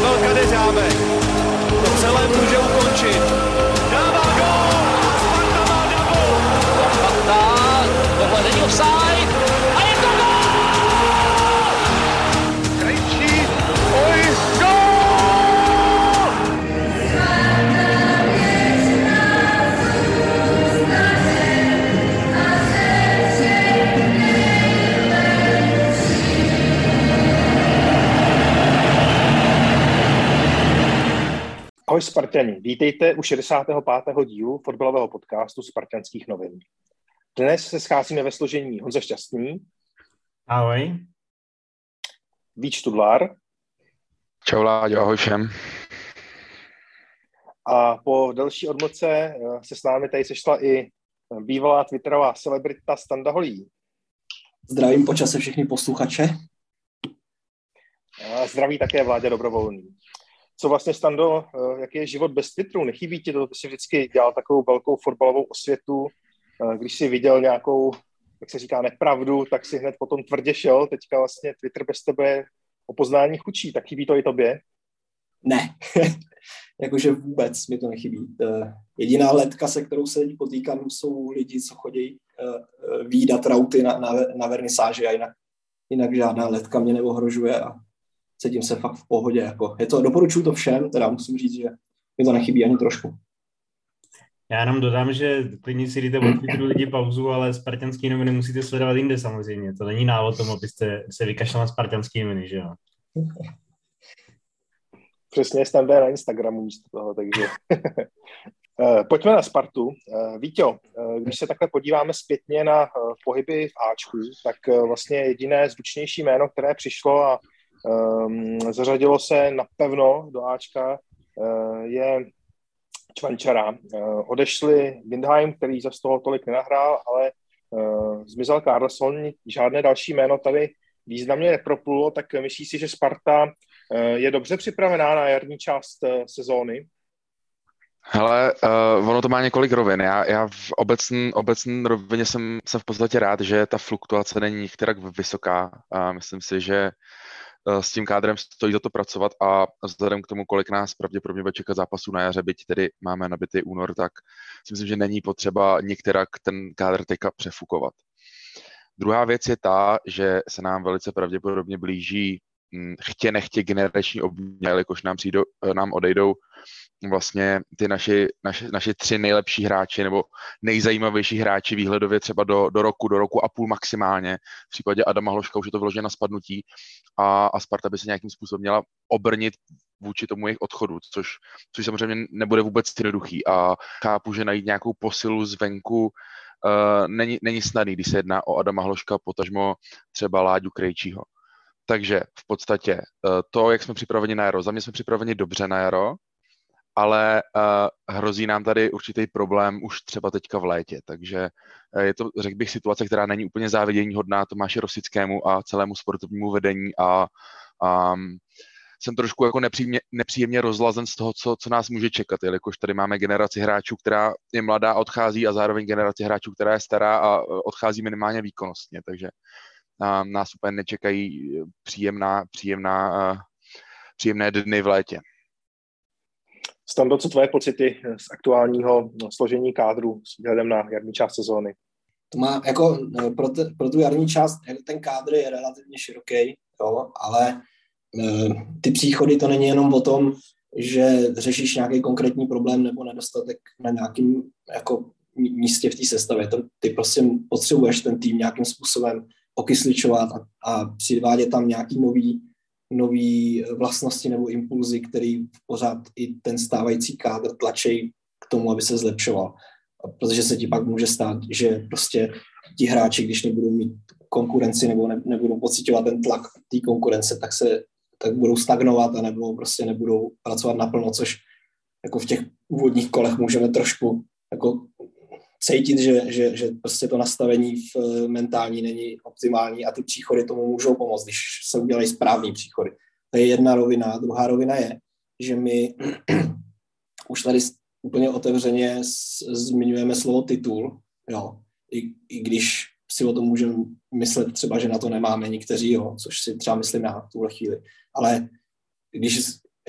Pavel Kadeřábek to celé může ukončit. Dává gól a Sparta má double. Sparta, tohle není offside a je to gól! Krejčí, oj, gól! Ahoj Spartani, vítejte u 65. dílu fotbalového podcastu Spartanských novin. Dnes se scházíme ve složení Honza Šťastný. Ahoj. Vít Študlár. Čau Láďo, ahoj všem. A po delší odmlce se s námi tady sešla i bývalá twitterová celebrita Standa Holý. Zdravím po čase všechny posluchače. A zdraví také Vláďa Dobrovolný. Co vlastně, Stando, jaký je život bez Twitteru? Nechybí ti to? Ty jsi vždycky dělal takovou velkou fotbalovou osvětu. Když jsi viděl nějakou, jak se říká, nepravdu, tak si hned potom tvrdě šel. Teďka vlastně Twitter bez tebe je o poznání chudší. Tak chybí to i tobě? Ne, jakože vůbec mi to nechybí. Jediná letka, se kterou se teď potýkám, jsou lidi, co chodí vídat rauty na vernisáži a jinak žádná letka mě neohrožuje a cítím se fakt v pohodě. Jako. Doporučuji to všem, teda musím říct, že mi to nechybí ani trošku. Já jenom dodám, že klidně si dejte od Twitteru lidi pauzu, ale spartanský noviny musíte sledovat jinde samozřejmě. To není návod tomu, abyste se vykašlali na spartanský noviny, že jo? Přesně, Standa je na Instagramu místo toho, takže... Pojďme na Spartu. Víťo, když se takhle podíváme zpětně na pohyby v Ačku, tak vlastně jediné zvučnější jméno, které přišlo a zařadilo se napevno do Ačka, je Čvančara. Odešli Windheim, který za toho tolik nenahrál, ale zmizel Carlson, žádné další jméno tady významně neproplulo, tak myslíš si, že Sparta je dobře připravená na jarní část sezóny? Hele, ono to má několik rovin. Já v obecné rovině jsem v podstatě rád, že ta fluktuace není některak vysoká. Myslím si, že s tím kádrem stojí za to pracovat a vzhledem k tomu, kolik nás pravděpodobně bude čekat zápasů na jaře, byť tedy máme nabitý únor, tak si myslím, že není potřeba některak ten kádr teďka přefukovat. Druhá věc je ta, že se nám velice pravděpodobně blíží chtě nechtě generační obměny, jelikož nám odejdou vlastně ty naši tři nejlepší hráči nebo nejzajímavější hráči výhledově třeba do roku a půl maximálně. V případě Adama Hložka už je to vyložené na spadnutí a Sparta by se nějakým způsobem měla obrnit vůči tomu jejich odchodu, což samozřejmě nebude vůbec jednoduchý a chápu, že najít nějakou posilu zvenku není snadný, když se jedná o Adama Hložka, potažmo třeba Láďu Krejčího. Takže v podstatě to, jak jsme připraveni na jaro, za mě jsme připraveni dobře na jaro, ale hrozí nám tady určitý problém už třeba teďka v létě, takže je to, řekl bych, situace, která není úplně záviděníhodná Tomáši Rosickému a celému sportovnímu vedení a jsem trošku jako nepříjemně rozlazen z toho, co nás může čekat, jelikož tady máme generaci hráčů, která je mladá a odchází a zároveň generaci hráčů, která je stará a odchází minimálně výkonnostně, takže nás úplně nečekají příjemné dny v létě. Stando, co tvoje pocity z aktuálního složení kádru s výhledem na jarní část sezóny? To má jako pro tu jarní část ten kádr je relativně široký, jo, ale ty příchody to není jenom o tom, že řešíš nějaký konkrétní problém nebo nedostatek na nějakém jako místě v té sestavě. Ty prostě potřebuješ ten tým nějakým způsobem okysličovat a přivádět tam nějaký nový vlastnosti nebo impulzy, který pořád i ten stávající kádr tlačí k tomu, aby se zlepšoval. Protože se ti pak může stát, že prostě ti hráči, když nebudou mít konkurenci nebo nebudou pociťovat ten tlak té konkurence, tak budou stagnovat a nebo prostě nebudou pracovat naplno, což jako v těch úvodních kolech můžeme trošku jako cítit, že prostě to nastavení v mentální není optimální a ty příchody tomu můžou pomoct, když se udělají správný příchody. To je jedna rovina. Druhá rovina je, že my už tady úplně otevřeně zmiňujeme slovo titul, jo. I když si o tom můžeme myslet třeba, že na to nemáme někteří, jo, což si třeba myslím já v tuhle chvíli. Ale když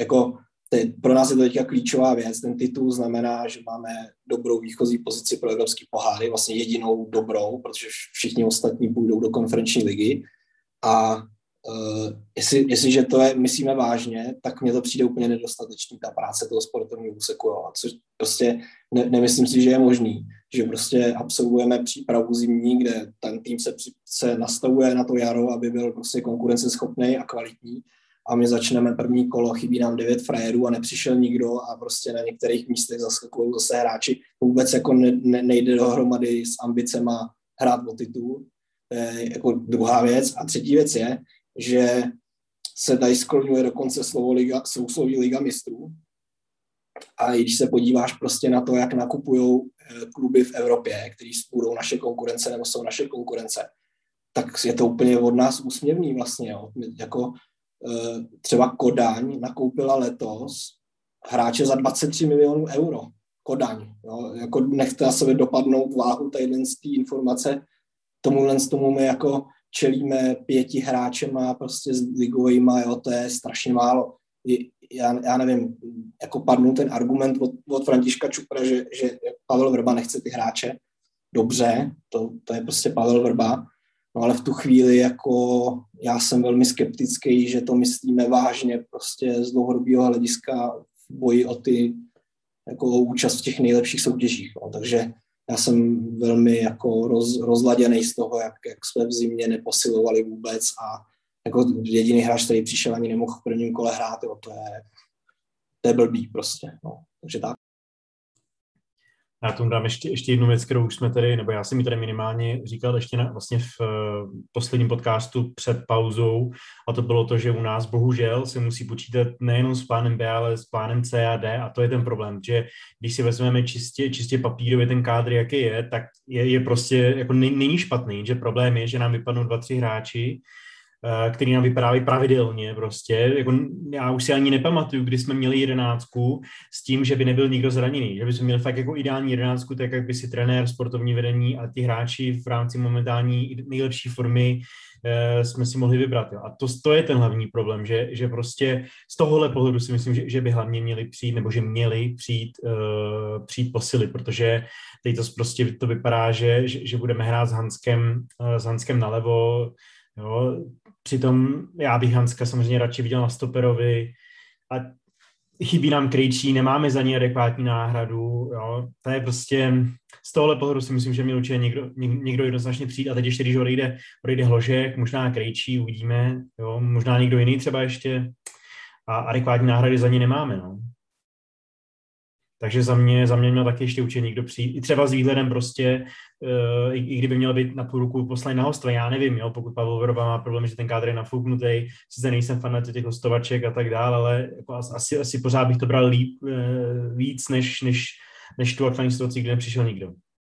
jako pro nás je to teďka klíčová věc. Ten titul znamená, že máme dobrou výchozí pozici pro evropský poháry, vlastně jedinou dobrou, protože všichni ostatní půjdou do konferenční ligy. A jestliže to myslíme vážně, tak mně to přijde úplně nedostatečný, ta práce toho sportovního úseku. A což prostě nemyslím si, že je možný, že prostě absolvujeme přípravu zimní, kde ten tým se nastavuje na to jaro, aby byl prostě konkurenceschopný a kvalitní. A my začneme první kolo, chybí nám 9 frajerů a nepřišel nikdo a prostě na některých místech zaskakují zase hráči. Vůbec jako nejde dohromady s ambicema hrát o titul. To je jako druhá věc. A třetí věc je, že se tady skloňuje dokonce sousloví Liga mistrů. A když se podíváš prostě na to, jak nakupujou kluby v Evropě, který budou naše konkurence nebo jsou naše konkurence, tak je to úplně od nás úsměvný vlastně. Jo. Jako třeba Kodaň nakoupila letos hráče za 23 milionů euro. Kodaň. Jo. Jako nechte na sebe dopadnout váhu tadyhle z té informace. Tomu my jako čelíme 5 hráčema prostě s ligovejma, jo, to je strašně málo. Já nevím, jako padnul ten argument od Františka Čupra, že Pavel Vrba nechce ty hráče. Dobře, to je prostě Pavel Vrba. No ale v tu chvíli jako já jsem velmi skeptický, že to myslíme vážně prostě z dlouhodobého hlediska v boji o ty jako účast v těch nejlepších soutěžích. No. Takže já jsem velmi jako rozladěný z toho, jak jsme v zimě neposilovali vůbec a jako jediný hráč, který přišel, ani nemohl v prvním kole hrát, jo, to je blbý prostě. No. Takže tak. Já tomu dám ještě jednu věc, kterou už jsme tady, nebo já jsem ji tady minimálně říkal ještě vlastně v posledním podcastu před pauzou, a to bylo to, že u nás bohužel se musí počítat nejenom s plánem B, ale s plánem C a D, a to je ten problém, že když si vezmeme čistě papírově ten kádr, jaký je, tak je prostě, jako není špatný, že problém je, že nám vypadnou 2-3 hráči, který nám vypráví pravidelně prostě. Jako já už si ani nepamatuju, kdy jsme měli 11 s tím, že by nebyl nikdo zraněný. Že by jsme měli fakt jako ideální 11, tak jak by si trenér, sportovní vedení a ti hráči v rámci momentální nejlepší formy jsme si mohli vybrat. Jo. A to je ten hlavní problém, že prostě z tohohle pohledu si myslím, že by hlavně měli přijít, nebo že měli přijít posily, protože teď to prostě to vypadá, že budeme hrát s Hanskem nalevo. Jo. Přitom já bych Hanska samozřejmě radši viděl na stoperovi a chybí nám Krejčí, nemáme za ní adekvátní náhradu. Jo. To je prostě, z tohohle pohledu si myslím, že měl určitě někdo jednoznačně přijít a teď ještě, když odejde Hložek, možná Krejčí, uvidíme, jo. Možná někdo jiný třeba ještě a adekvátní náhrady za ní nemáme. No. Takže za mě měl taky ještě určitě někdo přijít. I třeba s výhledem prostě, i kdyby měl být na půl roku poslaný na hostva, já nevím, jo, pokud Pavel Vrba má problém, že ten kádr je nafouknutý, sice nejsem fan těch hostovaček a tak dále, ale jako asi pořád bych to bral víc, než tu aktuální situaci, kdy nepřišel nikdo.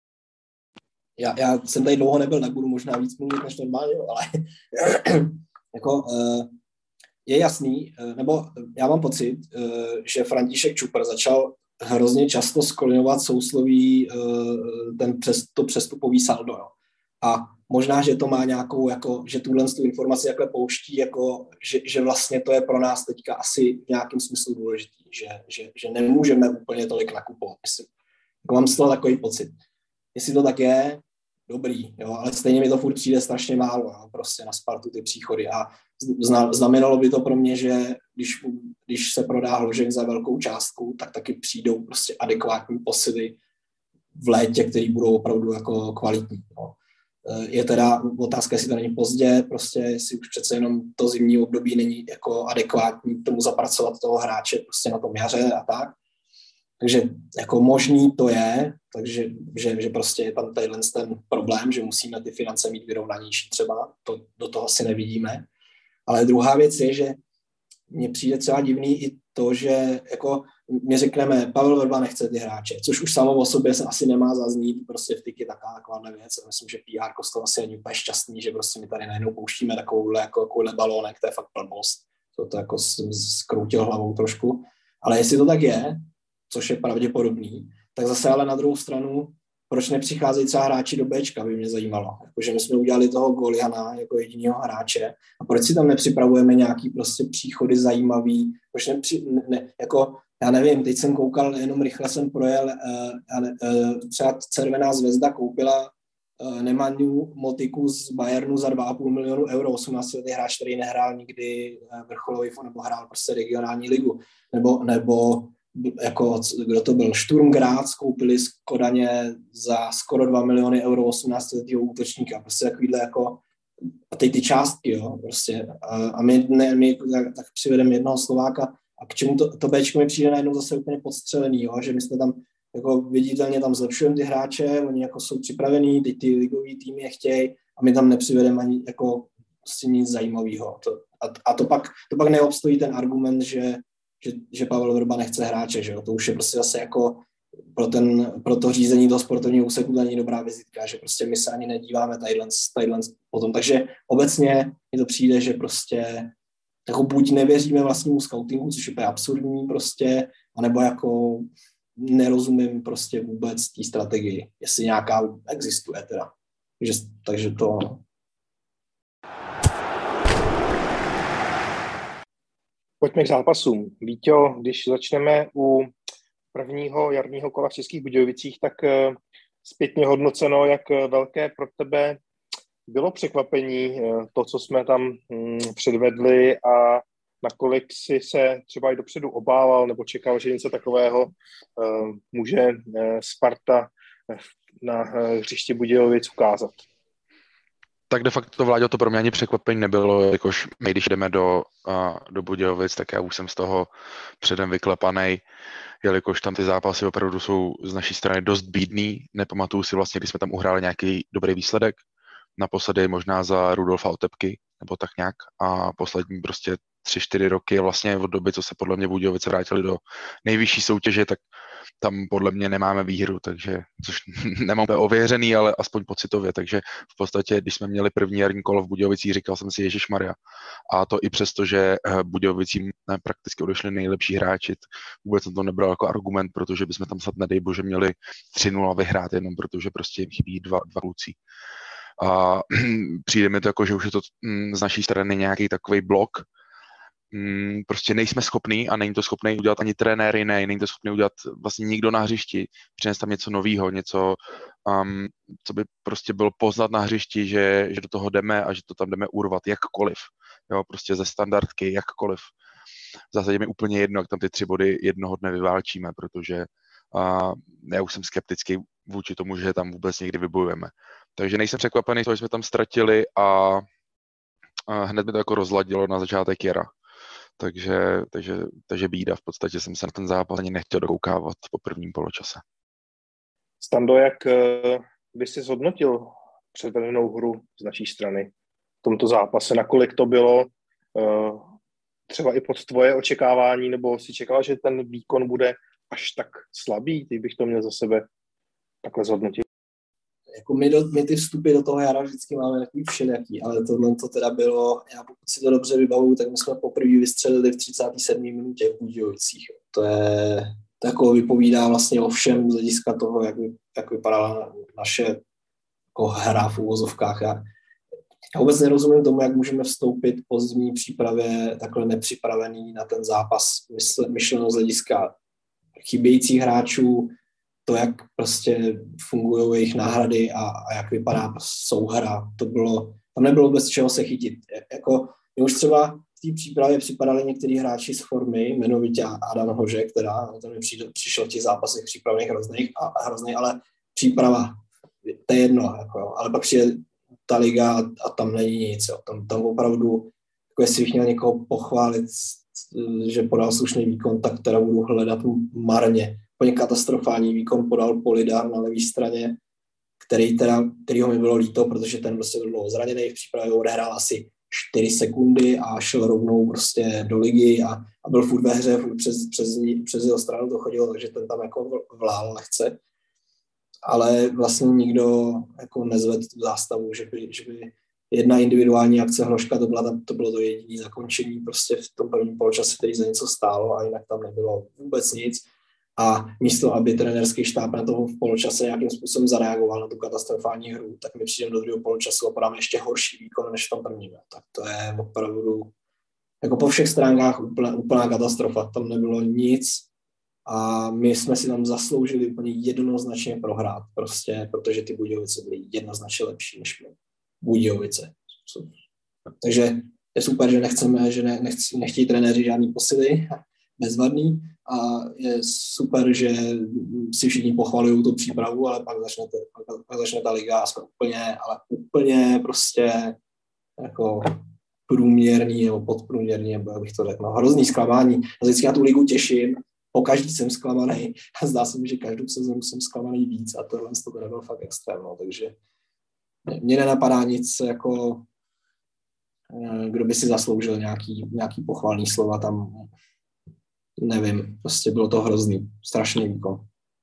Já jsem tady dlouho nebyl, nebudu možná víc mluvit než normálně, ale jako je jasný, nebo já mám pocit, že František Čupr začal hrozně často skloňovat sousloví to přestupový saldo. Jo. A možná, že to má nějakou, jako, že tuhle informaci jakhle pouští, jako, že vlastně to je pro nás teďka asi v nějakém smyslu důležitý, že nemůžeme úplně tolik nakupovat. Myslím. Jako mám z toho takový pocit. Jestli to tak je, dobrý, jo, ale stejně mi to furt přijde strašně málo, jo, prostě na Spartu ty příchody a znamenalo by to pro mě, že když se prodá Hložek za velkou částku, tak taky přijdou prostě adekvátní posily v létě, které budou opravdu jako kvalitní. No. Je teda otázka, jestli to není pozdě, prostě jestli už přece jenom to zimní období není jako adekvátní tomu zapracovat toho hráče prostě na tom jaře a tak. Takže jako možný to je, takže že prostě je tam tadyhle ten problém, že musíme ty finance mít vyrovnanější třeba, do toho asi nevidíme. Ale druhá věc je, že mně přijde třeba divný i to, že jako my řekneme, Pavel Vrba nechce ty hráče, což už samo o sobě se asi nemá zaznít prostě v Tiki takováhle věc. Myslím, že PR z toho asi není úplně šťastný, že prostě my tady najednou pouštíme takovouhle balónek, to je fakt blbost. To jako skroutil hlavou trošku. Ale jestli to tak je, což je pravděpodobný, tak zase ale na druhou stranu proč nepřicházejí třeba hráči do Bčka, by mě zajímalo. Jakože my jsme udělali toho Goliana jako jedinýho hráče a proč si tam nepřipravujeme nějaký prostě příchody zajímavý, proč jako já nevím, teď jsem koukal, jenom rychle jsem projel, třeba Červená Zvezda koupila Nemanju Motiku z Bayernu za 2,5 milionu euro, 18letý hráč, který nehrál nikdy vrcholový nebo hrál prostě regionální ligu, nebo jako, kdo to byl, Sturm Graz koupili z Kodaně za skoro 2 miliony euro 18letýho útočníka, prostě takovýhle jako, a teď ty částky, jo, prostě, a my tak přivedeme jednoho Slováka, a k čemu to Bčko mi přijde najednou zase úplně podstřelený, jo? Že my jsme tam jako viditelně tam zlepšujeme ty hráče, oni jako jsou připravení, teď ty ligový týmy je chtějí a my tam nepřivedeme ani jako prostě nic zajímavého. A to pak neobstojí ten argument, že Pavel Vrba nechce hráče, že jo? To už je prostě zase jako pro to řízení toho sportovního úseku není dobrá vizitka, že prostě my se ani nedíváme tadyhle potom. Takže obecně mi to přijde, že prostě jako buď nevěříme vlastnímu scoutingu, což je absurdní prostě, anebo jako nerozumím prostě vůbec té strategii, jestli nějaká existuje teda. Takže to... Pojďme k zápasům. Víťo, když začneme u prvního jarního kola v Českých Budějovicích, tak zpětně hodnoceno, jak velké pro tebe bylo překvapení to, co jsme tam předvedli a nakolik si se třeba i dopředu obával nebo čekal, že něco takového může Sparta na hřišti Budějovic ukázat? Tak de facto, Vláďo, to pro mě ani překvapení nebylo, jakož my, když jdeme do Budějovic, tak já už jsem z toho předem vyklepanej, jelikož tam ty zápasy opravdu jsou z naší strany dost bídný. Nepamatuju si vlastně, když jsme tam uhráli nějaký dobrý výsledek. Naposledy možná za Rudolfa Otepky, nebo tak nějak. A poslední prostě 3-4 roky vlastně od doby, co se podle mě Budějovice vrátili do nejvyšší soutěže, tak tam podle mě nemáme výhru, takže, což nemám ověřený, ale aspoň pocitově, takže v podstatě, když jsme měli první jarní kolo v Budějovicích, říkal jsem si Ježišmarja. A to i přesto, že Budějovicím prakticky odešli nejlepší hráči, vůbec jsem to nebral jako argument, protože bychom tam snad nedej bože měli 3-0 vyhrát, jenom protože prostě jim chybí dva kluci. A přijde mi to jako, že už je to z naší strany nějaký takový blok. Prostě nejsme schopní a není to schopný udělat ani trenéry, není to schopný udělat vlastně nikdo na hřišti, přinést tam něco nového, něco, co by prostě bylo poznat na hřišti, že do toho jdeme a že to tam jdeme urvat jakkoliv, jo, prostě ze standardky, jakkoliv. V zásadě mi úplně jedno, jak tam ty 3 body jednoho dne vyválčíme, protože já už jsem skeptický vůči tomu, že tam vůbec někdy vybojujeme. Takže nejsem překvapený, že jsme tam ztratili a hned mi to jako rozladilo na začátek jara. Takže bída. V podstatě jsem se na ten zápas ani nechtěl dokoukávat po prvním poločase. Stando, jak by si zhodnotil předvedenou hru z naší strany v tomto zápase? Nakolik to bylo třeba i pod tvoje očekávání, nebo si čekala, že ten výkon bude až tak slabý? Ty bych to měl za sebe takhle zhodnotit. Jako my ty vstupy do toho jara vždycky máme takový všelijaký, ale tohle to teda bylo, já pokud si to dobře vybavuju, tak my jsme poprvé vystřelili v 37. minutě v Budějovicích. To jako vypovídá vlastně o všem z hlediska toho, jak vypadala naše jako hra v uvozovkách. Já vůbec nerozumím tomu, jak můžeme vstoupit po zimní přípravě takhle nepřipravený na ten zápas, myšleno z hlediska chybějících hráčů, to, jak prostě fungují jejich náhrady a jak vypadá souhra, tam nebylo vůbec čeho se chytit. Jako, mě už třeba v té přípravě připadali některý hráči z formy, jmenovitě Adam Hože, která to mi přišel v těch zápasech přípravných hrozných, ale příprava, to je jedno, jako, ale pak přijde ta liga a tam není nic. Jo. Tam opravdu, jako jestli bych měl někoho pochválit, že podal slušný výkon, tak teda budu hledat marně. Úplně katastrofální výkon podal Polidar na levé straně, kterýho mi bylo líto, protože ten prostě byl dlouho zraněný, v přípravě odehrál asi 4 sekundy a šel rovnou prostě do ligy a byl furt ve hře, furt přes jeho stranu to chodilo, takže ten tam jako vlál lehce. Ale vlastně nikdo jako nezvedl tu zástavu, že by jedna individuální akce Hroška, to bylo to jediné zakončení prostě v tom prvním poločase, který za něco stálo a jinak tam nebylo vůbec nic. A místo, aby trenérský štáb na toho v poločase nějakým způsobem zareagoval na tu katastrofální hru, tak my přijdeme do druhého poločasu a podáme ještě horší výkon než v tom prvním. Tak to je opravdu jako po všech stránkách úplná katastrofa. Tam nebylo nic a my jsme si tam zasloužili úplně jednoznačně prohrát, prostě, protože ty Budějovice byly jednoznačně lepší než my. Budějovice. Takže je super, že nechtějí trenéři žádný posily, bezvadný, a je super, že si všichni pochvalují tu přípravu, ale pak začne ta liga a jsme úplně prostě jako průměrný nebo podprůměrný, nebo jak bych to řekl, hrozný zklamání. Já vždycky na tu ligu těším, pokaždý jsem zklamaný a zdá se mi, že každou sezonu jsem zklamaný víc a tohle to nebyl fakt extrém, no, takže mně nenapadá nic jako kdo by si zasloužil nějaký pochvalný slova tam, nevím, prostě bylo to hrozný, strašný výkon.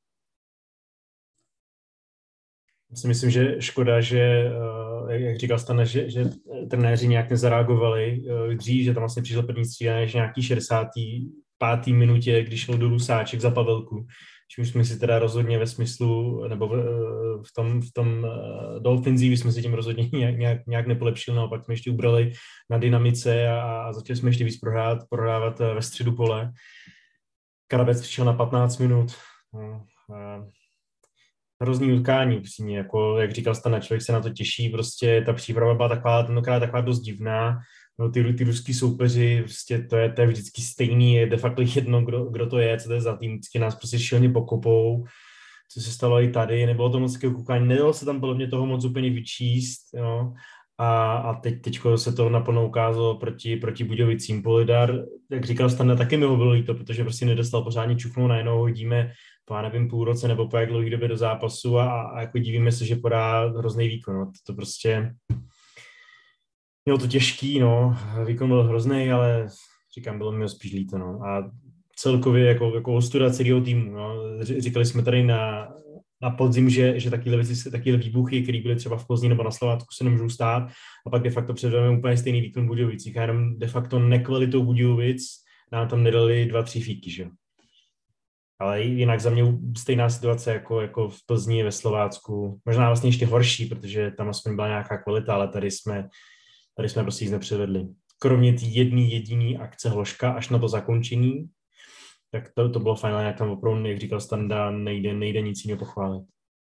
Já si myslím, že škoda, že, jak říkal Stane, že trenéři nějak nezareagovali dřív, že tam vlastně přišel první střídání až nějaký 65. minutě, když šel dolů Sáček za Pavelku. Čím jsme si teda rozhodně ve smyslu, nebo v tom do ofenzívy jsme si tím rozhodně nějak nepolepšili, naopak jsme ještě ubrali na dynamice a začali jsme ještě víc prohrávat ve středu pole. Karabec přišel na 15 minut. Hrozný utkání, přímě, jako jak říkal Stana, člověk se na to těší, prostě ta příprava byla tentokrát taková dost divná. No, ty ruský soupeři, prostě to je vždycky stejný, je de facto jedno, kdo to je, co to je za tým, vždycky nás prostě šilně pokopou, co se stalo i tady, nebylo to moc koukání, nedalo se tam podle mě toho moc úplně vyčíst, jo. A teďko se to naplno ukázalo proti Budějovicím. Polidar, jak říkal Standa, taky mi ho bylo líto, protože prostě nedostal pořádně čuknout, najednou hodíme po, já nevím, půl roce nebo po jak dlouhý době do zápasu a jako divíme se, že podá hrozný výkon. No. To prostě mělo to těžký, no, výkon byl hrozný, ale říkám, bylo mi ho spíš líto, no. A celkově jako ostuda celého týmu, no. Říkali jsme tady na podzim, že takové výbuchy, které byly třeba v Plzni nebo na Slovácku, se nemůžou stát a pak de facto předvedeme úplně stejný výkon Budějovicích a jenom de facto nekvalitou Budějovic nám tam nedali 2-3 fíky, že? Ale jinak za mě stejná situace jako v Plzni, ve Slovácku, možná vlastně ještě horší, protože tam aspoň byla nějaká kvalita, ale tady jsme prostě nic nepředvedli. Kromě té jediný akce Hloška až na to zakončení, tak to bylo fajn, ale jak tam opravdu, jak říkal Standa, nejde nic jiného pochválit.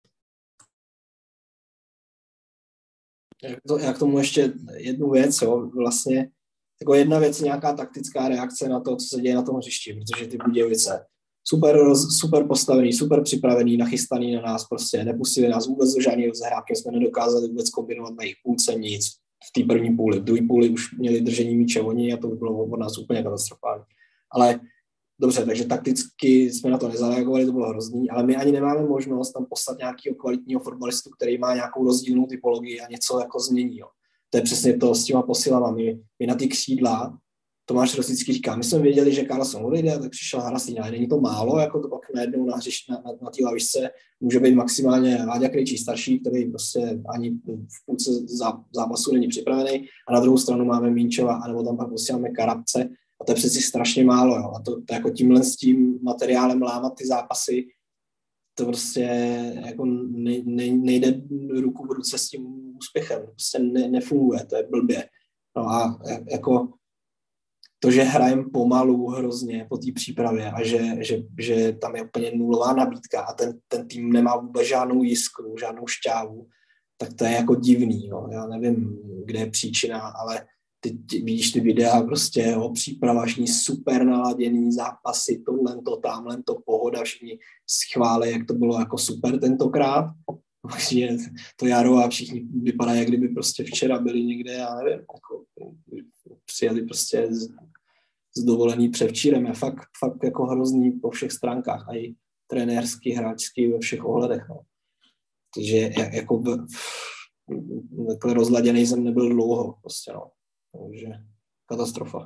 Já k tomu ještě jednu věc, jo, vlastně jako jedna věc, nějaká taktická reakce na to, co se děje na tom hřišti, protože ty Budějovice super postavený, super připravený, nachystaný na nás, prostě nepustili nás vůbec do žádného rozehrávky, jsme nedokázali vůbec kombinovat na jejich půlce nic v té první půli. V druhé půli už měli držení míče oni a to by bylo od nás úplně katastrofální. Ale dobře, takže takticky jsme na to nezareagovali, to bylo hrozný, ale my ani nemáme možnost tam poslat nějakého kvalitního fotbalistu, který má nějakou rozdílnou typologii a něco jako změní. Jo. To je přesně to s těma posilama. My na ty křídla, Tomáš Rosický říká, my jsme věděli, že Karlsson odejde, tak přišel Haraslín, ale není to málo, jako to pak najednou na té lavičce může být maximálně Láďa Krejčí starší, který prostě ani v půlce zápasu není připravený, a na druhou stranu máme Mínčeva, anebo tam pak posíláme Karabce, a to je přeci strašně málo, jo. A to jako tímhle s tím materiálem lámat ty zápasy, to prostě jako nejde ruku v ruce s tím úspěchem, prostě nefunguje, to je blbě. No a jako to, že hrajeme pomalu hrozně po té přípravě a že tam je úplně nulová nabídka a ten tým nemá vůbec žádnou jiskru, žádnou šťávu, tak to je jako divný. Jo. Já nevím, kde je příčina, ale ty vidíš ty videa prostě o přípravašní super naladěný zápasy, tamhle to pohoda, všichni schválí, jak to bylo jako super tentokrát. Takže to jaro a všichni vypadají, jak kdyby prostě včera byli někde, já nevím, jako přijeli prostě z dovolený převčírem. Je fakt jako hrozný po všech stránkách, a i trenérsky, hráčsky, ve všech ohledech. No. Takže jako takhle rozladěný jsem nebyl dlouho prostě, no. Takže katastrofa.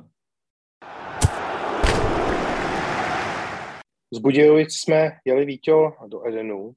Z Budějovic jsme jeli, Víťo, do Edenu.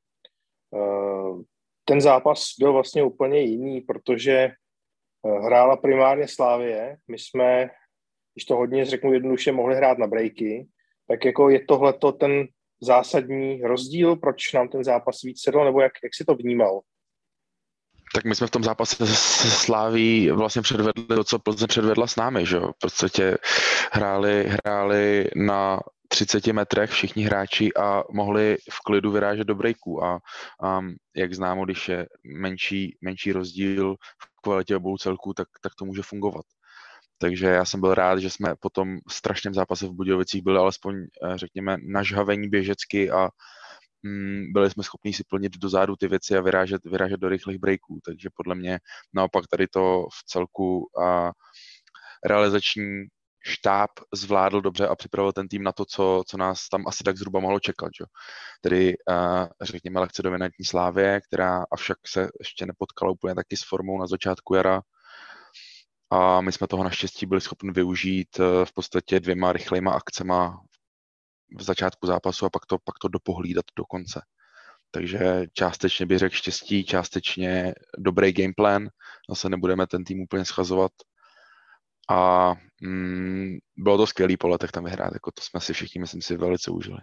Ten zápas byl vlastně úplně jiný, protože hrála primárně Slavie. My jsme, když to hodně řeknu jednoduše, mohli hrát na breaky. Tak jako je tohleto ten zásadní rozdíl, proč nám ten zápas víc sedl, nebo jak jsi to vnímal? Tak my jsme v tom zápase se Slaví vlastně předvedli to, co Plzeň předvedla s námi, že jo. V podstatě hráli na 30 metrech všichni hráči a mohli v klidu vyrážet do breaků a jak známo, když je menší rozdíl v kvalitě obou celků, tak to může fungovat. Takže já jsem byl rád, že jsme po tom strašném zápase v Budějovicích byli alespoň, řekněme, nažhavení běžecky a byli jsme schopni si plnit dozadu ty věci a vyrážet do rychlých breaků. Takže podle mě naopak tady to v celku realizační štáb zvládl dobře a připravil ten tým na to, co nás tam asi tak zhruba mohlo čekat. Že? Tedy řekněme lehce dominantní Slávie, která avšak se ještě nepotkala úplně taky s formou na začátku jara. A my jsme toho naštěstí byli schopni využít v podstatě 2 rychlejma akcema v začátku zápasu a pak to dopohlídat do konce. Takže částečně bych řekl štěstí, částečně dobrý gameplan, zase nebudeme ten tým úplně schazovat. A bylo to skvělý po letech tam vyhrát, jako to jsme si všichni, myslím si, velice užili.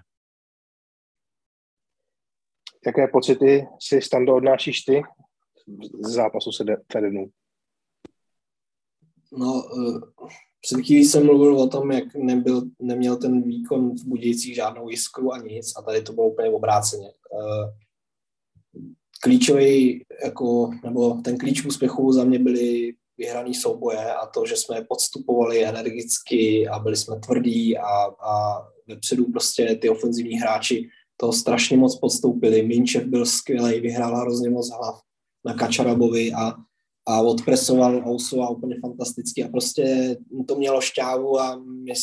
Jaké pocity si, Stando, odnášíš ty z zápasu se Fedenu? No, před chvílí jsem mluvil o tom, jak neměl ten výkon v Budějcích žádnou jiskru a nic a tady to bylo úplně obráceně. Klíčový, nebo ten klíč úspěchu za mě byly vyhraný souboje a to, že jsme podstupovali energicky a byli jsme tvrdí a vepředu prostě ty ofenzivní hráči to strašně moc podstoupili. Minčev byl skvělej, vyhrál hrozně moc hlav na Kačarabovi a odpresoval Ousova úplně fantasticky a prostě to mělo šťávu a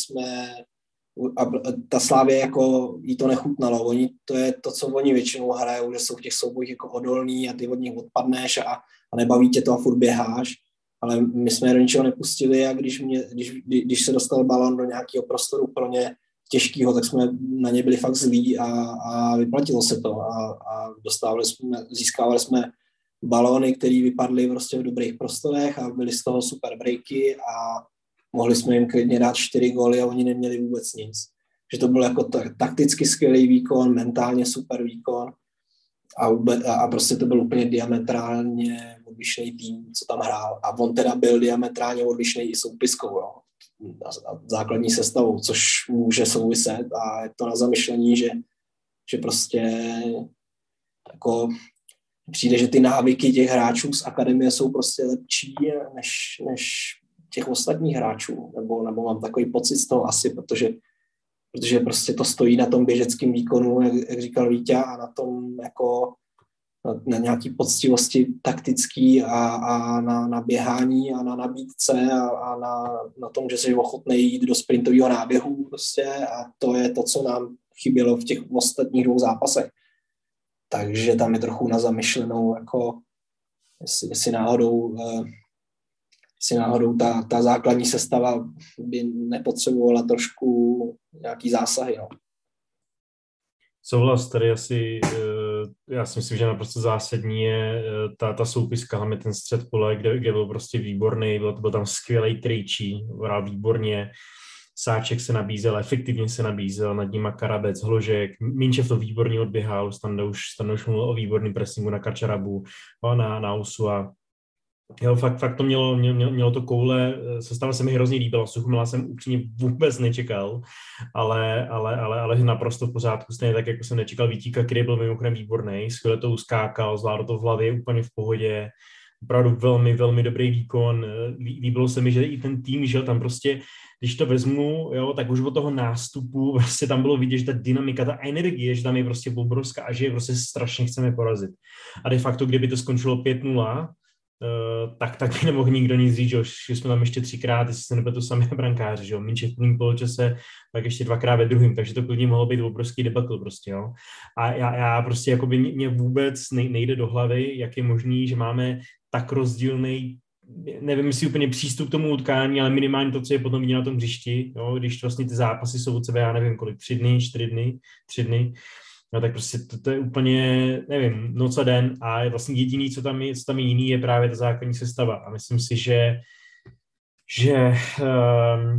ta Slavie jako jí to nechutnalo. To je to, co oni většinou hrajou, že jsou v těch soubojích jako odolní a ty od nich odpadneš a nebaví tě to a furt běháš, ale my jsme do ničeho nepustili a když se dostal balon do nějakého prostoru pro ně těžkýho, tak jsme na ně byli fakt zlí a vyplatilo se to a získávali jsme balóny, které vypadly prostě v dobrých prostorech a byly z toho super breaky a mohli jsme jim klidně dát 4 góly a oni neměli vůbec nic. Že to byl jako takticky skvělý výkon, mentálně super výkon a prostě to byl úplně diametrálně odlišný tým, co tam hrál. A on teda byl diametrálně odlišný i soupiskou, jo. Základní sestavou, což může souviset a je to na zamyšlení, že prostě jako přijde, že ty návyky těch hráčů z akademie jsou prostě lepší než těch ostatních hráčů, nebo mám takový pocit z toho asi, protože prostě to stojí na tom běžeckém výkonu, jak říkal Vítě, a na tom jako na nějaký poctivosti taktický a na běhání a na nabídce a na tom, že jsi ochotný jít do sprintového náběhu prostě a to je to, co nám chybělo v těch ostatních 2 zápasech. Takže tam je trochu na zamyšlenou, jako jestli náhodou ta základní sestava by nepotřebovala trošku nějaký zásahy. No. Souhlas, tady asi, já si myslím, že naprosto zásadní je ta soupiska, hlavně ten střed pole, kde byl prostě výborný, byl tam skvělej Krejčí, hrál výborně, Sáček se nabízel, efektivně se nabízel, nad nima Karabec, Hložek, Minčev to výborně odběhal, Standa už mluvil o výborným pressingu na Kačarabu, na Ousu a jo, fakt to mělo to koule, sestava se mi hrozně líbila, Suchomila jsem upřímně vůbec nečekal, ale naprosto v pořádku, stejně tak, jako jsem nečekal Vítíka, který byl mimochodem výborný, skvěle to uskákal, zvládl to v hlavě úplně v pohodě, opravdu velmi, velmi dobrý výkon, líbilo se mi, že i ten tým, že tam prostě, když to vezmu, jo, tak už od toho nástupu prostě tam bylo vidět, že ta dynamika, ta energie, že tam je prostě obrovská a že je prostě strašně chceme porazit. A de facto, kdyby to skončilo 5-0, tak by nemohl nikdo nic říct, že jsme tam ještě 3krát, jestli se nepletu sami brankáři, že jo, Minčev v prvním poločase, pak ještě 2krát ve druhém, takže to klidně mohlo být obrovský debakl prostě, jo. A já prostě, jakoby mě vůbec nejde do hlavy, jak je možný, že máme tak rozdílný, nevím, jestli úplně přístup k tomu utkání, ale minimálně to, co je potom vidět na tom hřišti, jo, když vlastně ty zápasy jsou od sebe, já nevím kolik, 3 dny, no tak prostě to je úplně, nevím, noc a den a je vlastně jediný, co tam je jiný, je právě ta základní sestava a myslím si, že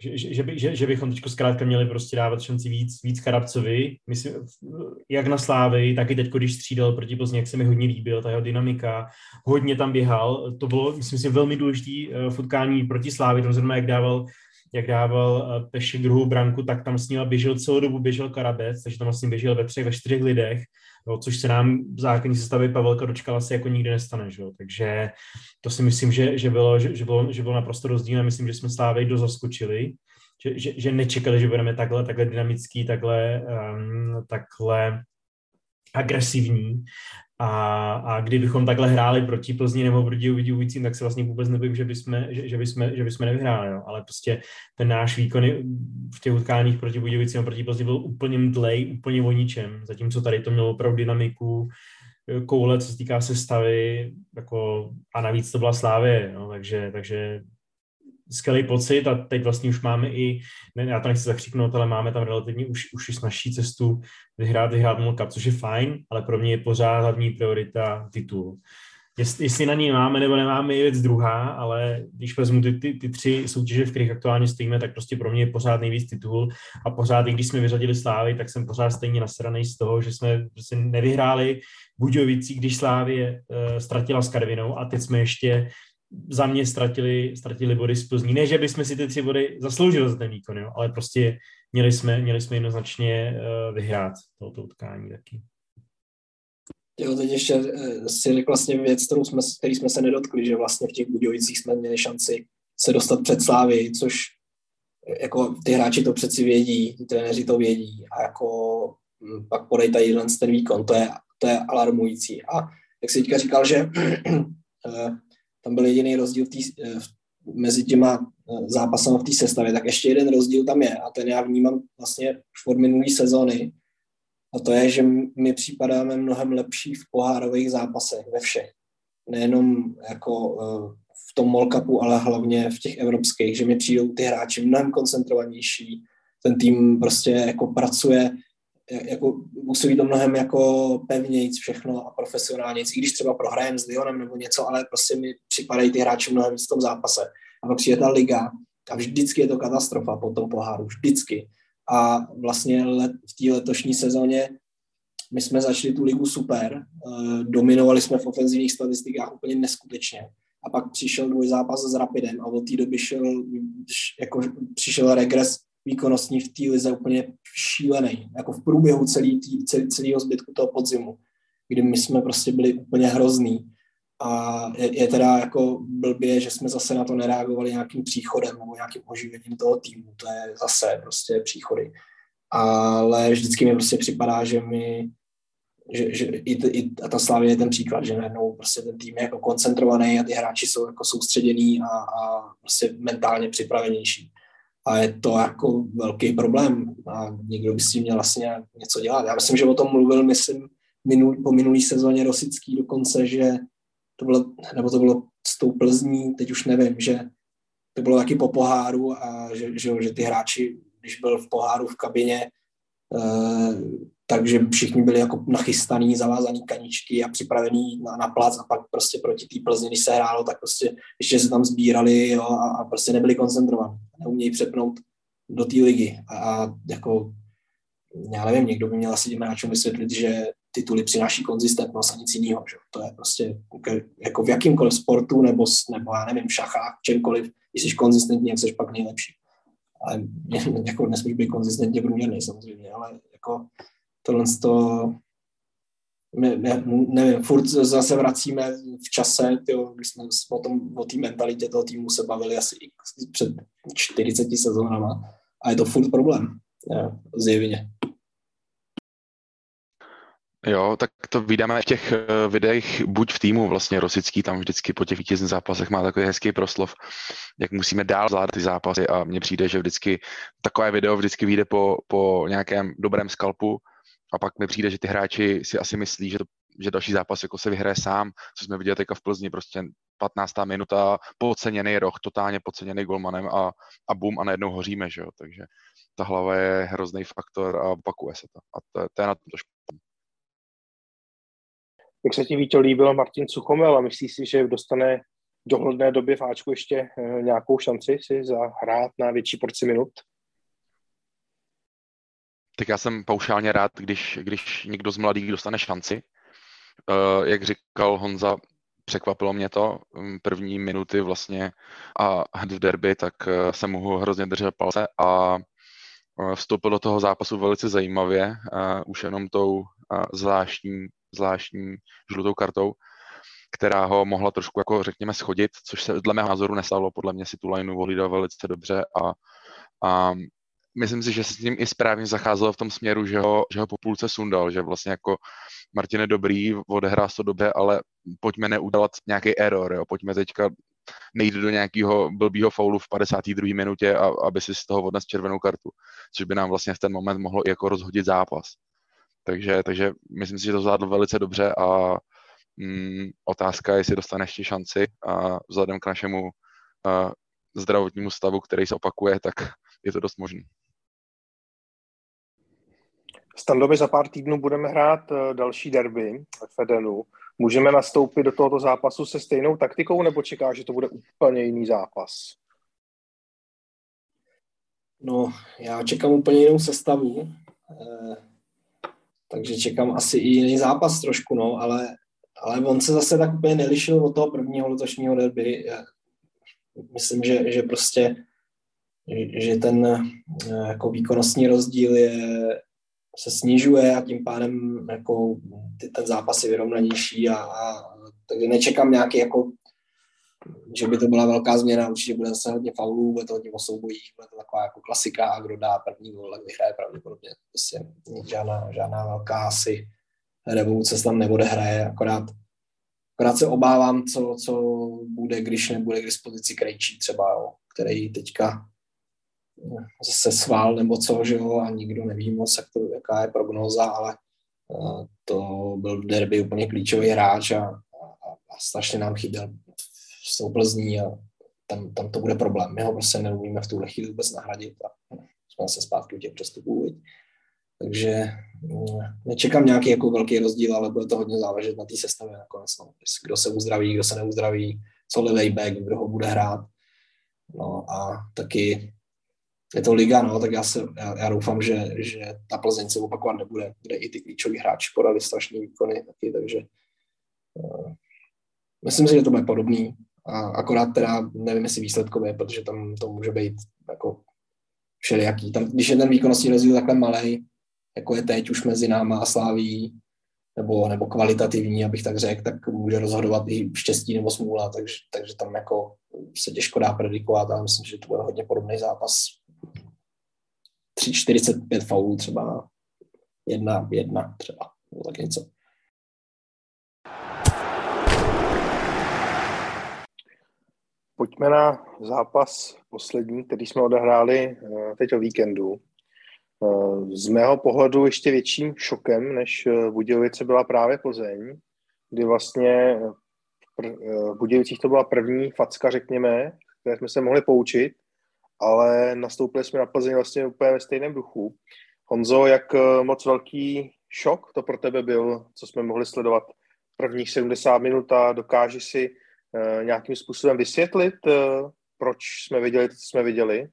že bychom teď zkrátka měli prostě dávat šanci víc Karabcovi, myslím, jak na Slávy, tak i teď, když střídal proti Plzni, jak se mi hodně líbil, ta jeho dynamika, hodně tam běhal, to bylo, myslím si, velmi důležitý v utkání proti Slávy, to znamená, jak dával Pešek druhou branku, tak tam s ním běžel celou dobu, běžel Karabec, takže tam vlastně běžel ve 4 lidech, jo, což se nám v základní sestavě Pavelka dočkal asi jako nikdy nestane, že jo? Takže to si myslím, že bylo naprosto rozdílné, myslím, že jsme Slávy dost zaskočili, že nečekali, že budeme takhle dynamický, takhle agresivní. A kdybychom takhle hráli proti Plzni nebo proti Budějovicím, tak se vlastně vůbec nebojím, že bychom nevyhráli. Jo. Ale prostě ten náš výkon v těch utkáních proti Budějovicím a proti Plzni byl úplně mdlej, úplně o ničem. Zatímco tady to mělo opravdu dynamiku, koule, co se týká sestavy, jako, a navíc to byla Slávie. Jo. Takže skvělý pocit a teď vlastně už máme já to nechci zakřiknout, ale máme tam relativně už snažší cestu vyhrát World Cup, což je fajn, ale pro mě je pořád hlavní priorita titul. Jestli na ní máme nebo nemáme, je věc druhá, ale když vezmu ty 3 soutěže, v kterých aktuálně stojíme, tak prostě pro mě je pořád nejvíc titul a pořád, i když jsme vyřadili Slávy, tak jsem pořád stejně nasranej z toho, že jsme prostě nevyhráli Budějovicí, když Slávie ztratila s Karvinou a teď jsme ještě za mě ztratili body z Plzní. Ne, že bychom si ty 3 body zasloužili za ten výkon, jo, ale prostě měli jsme jednoznačně vyhrát tohoto utkání taky. Jo, teď ještě si řekl vlastně věc, který jsme se nedotkli, že vlastně v těch Budějovicích jsme měli šanci se dostat před Slávy, což jako ty hráči to přeci vědí, ty trenéři to vědí a jako pak podejtají ten výkon, to je alarmující. A jak jsi teďka říkal, že tam byl jediný rozdíl mezi těma zápasama v té sestavě, tak ještě jeden rozdíl tam je a ten já vnímám vlastně už od minulý sezóny a to je, že my připadáme mnohem lepší v pohárových zápasech ve všech. Nejenom jako v tom World Cupu, ale hlavně v těch evropských, že mi přijdou ty hráči mnohem koncentrovanější, ten tým prostě jako pracuje, jako musí být to mnohem jako pevnějc všechno a profesionálnějc, i když třeba prohrajeme s Lyonem nebo něco, ale prostě mi připadají ty hráči mnohem víc v tom zápase. A pak přijde ta liga a vždycky je to katastrofa po tom poháru, vždycky. A vlastně v té letošní sezóně my jsme začali tu ligu super, dominovali jsme v ofenzivních statistikách úplně neskutečně. A pak přišel dvojzápas s Rapidem a od té doby přišel regres výkonnostní v té lize úplně šílený, jako v průběhu celého zbytku toho podzimu, kdy my jsme prostě byli úplně hrozný. A je teda jako blbě, že jsme zase na to nereagovali nějakým příchodem nebo nějakým oživením toho týmu. To je zase prostě příchody. Ale vždycky mi prostě připadá, že a ta Slavie je ten příklad, že najednou prostě ten tým je jako koncentrovaný a ty hráči jsou jako soustředění a prostě mentálně připravenější. A je to jako velký problém a někdo by s tím měl vlastně něco dělat. Já myslím, že o tom mluvil, po minulý sezóně Rosický dokonce, že to bylo s tou Plzní, teď už nevím, že to bylo taky po poháru a že ty hráči, když byl v poháru v kabině, takže všichni byli jako nachystaný, zavázaný kaničky a připravení na plac a pak prostě proti té Plzni, když se hrálo, tak prostě ještě se tam sbírali, jo, a prostě nebyli koncentrovaní. Neumějí přepnout do té ligy. A jako, já nevím, někdo by měl asi těm hráčům vysvětlit, že tituly přináší konzistentnost a nic jiného. Že? To je prostě jako v jakýmkoliv sportu nebo já nevím, v šachách, čemkoliv, když jsi konzistentní, jak jsi pak nejlepší. Ale jako nesmíš být konzistentně průměrný samozřejmě, ale jako tohle nevím, furt zase vracíme v čase, když jsme o té mentalitě toho týmu se bavili asi před 40 sezónama a je to furt problém, zjevně. Jo, tak to vydáme v těch videích buď v týmu, vlastně Rosický tam vždycky po těch vítězných zápasech má takový hezký proslov, jak musíme dál zvládat ty zápasy a mně přijde, že vždycky takové video vždycky vyjde po nějakém dobrém skalpu a pak mi přijde, že ty hráči si asi myslí, že další zápas jako se vyhraje sám, co jsme viděli teďka v Plzni, prostě 15. minuta, podceněný roh, totálně podceněný golmanem a bum a najednou hoříme, že jo, takže ta hlava je hrozný faktor a opakuje se to a to je na tom to špatné. Jak se ti, Víťo, líbil Martin Suchomel a myslíš si, že dostane dohledné době v Ačku ještě nějakou šanci si zahrát na větší porci minut? Tak já jsem paušálně rád, když někdo z mladých dostane šanci. Jak říkal Honza, překvapilo mě to první minuty vlastně a hned v derby, tak jsem mohl hrozně držet palce a vstoupil do toho zápasu velice zajímavě, už jenom tou zvláštní žlutou kartou, která ho mohla trošku jako řekněme schodit, což se dle mého názoru nestalo, podle mě si tu lineu volídal velice dobře a myslím si, že se s ním i správně zacházelo v tom směru, že ho po půlce sundal, že vlastně jako Martin je dobrý, odehrá to dobře, ale pojďme neudělat nějaký error, jo? Pojďme teďka nejde do nějakého blbýho faulu v 52. minutě, aby si z toho odnes červenou kartu, což by nám vlastně v ten moment mohlo i jako rozhodit zápas. Takže myslím si, že to zvládl velice dobře a otázka je, jestli dostane ještě šanci a vzhledem k našemu zdravotnímu stavu, který se opakuje, tak je to dost možný. Standově za pár týdnů budeme hrát další derby v Edenu. Můžeme nastoupit do tohoto zápasu se stejnou taktikou, nebo čeká, že to bude úplně jiný zápas? No, já čekám úplně jinou sestavu, takže čekám asi i jiný zápas trošku, no, ale on se zase tak úplně nelišil od toho prvního letošního derby. Myslím, že prostě že ten jako výkonnostní rozdíl se snižuje a tím pádem jako ten zápas je vyrovnanější a takže nečekám nějaký jako, že by to byla velká změna, určitě bude zase hodně faulů, bude to hodně o soubojích, bude to taková jako klasika a kdo dá první gól, tak vyhraje pravděpodobně. Prostě žádná velká asi revoluce se tam neodehraje, akorát se obávám, co bude, když nebude k dispozici Krejčí třeba, jo, který teďka zase svál nebo co, že jo, a nikdo neví moc, jaká je prognóza, ale to byl v derby úplně klíčový hráč a strašně nám chyběl s tou Plzní a tam to bude problém. My ho prostě neumíme v tuhle chvíli vůbec nahradit a jsme se zpátky u těch přestupů. Takže nečekám nějaký jako velký rozdíl, ale bude to hodně záležet na té sestavě nakonec. No. Kdo se uzdraví, kdo se neuzdraví, co levej back, kdo ho bude hrát. No a taky je to liga, no, tak já doufám, že ta Plzeň se opakovat nebude, kde i ty klíčoví hráči podali strašný výkony taky, takže myslím si, že to bude podobný. A akorát teda nevím, jestli výsledkově, protože tam to může být jako všelijaký. Tam, když je ten výkonnostní rozdíl takhle malej, jako je teď už mezi náma a Slaví, nebo kvalitativní, abych tak řekl, tak může rozhodovat i štěstí nebo smůla, takže tam jako se těžko dá predikovat, ale myslím, že to bude hodně podobný zápas. 45 faulů třeba, jedna třeba, tak něco. Pojďme na zápas poslední, který jsme odehráli teď o víkendu. Z mého pohledu ještě větším šokem než Budějovice byla právě Plzeň, kdy vlastně v Budějovicích to byla první facka, řekněme, které jsme se mohli poučit, ale nastoupili jsme na Plzeň vlastně úplně ve stejném duchu. Honzo, jak moc velký šok to pro tebe byl, co jsme mohli sledovat prvních 70 minut a dokážeš si nějakým způsobem vysvětlit, proč jsme viděli to, co jsme viděli?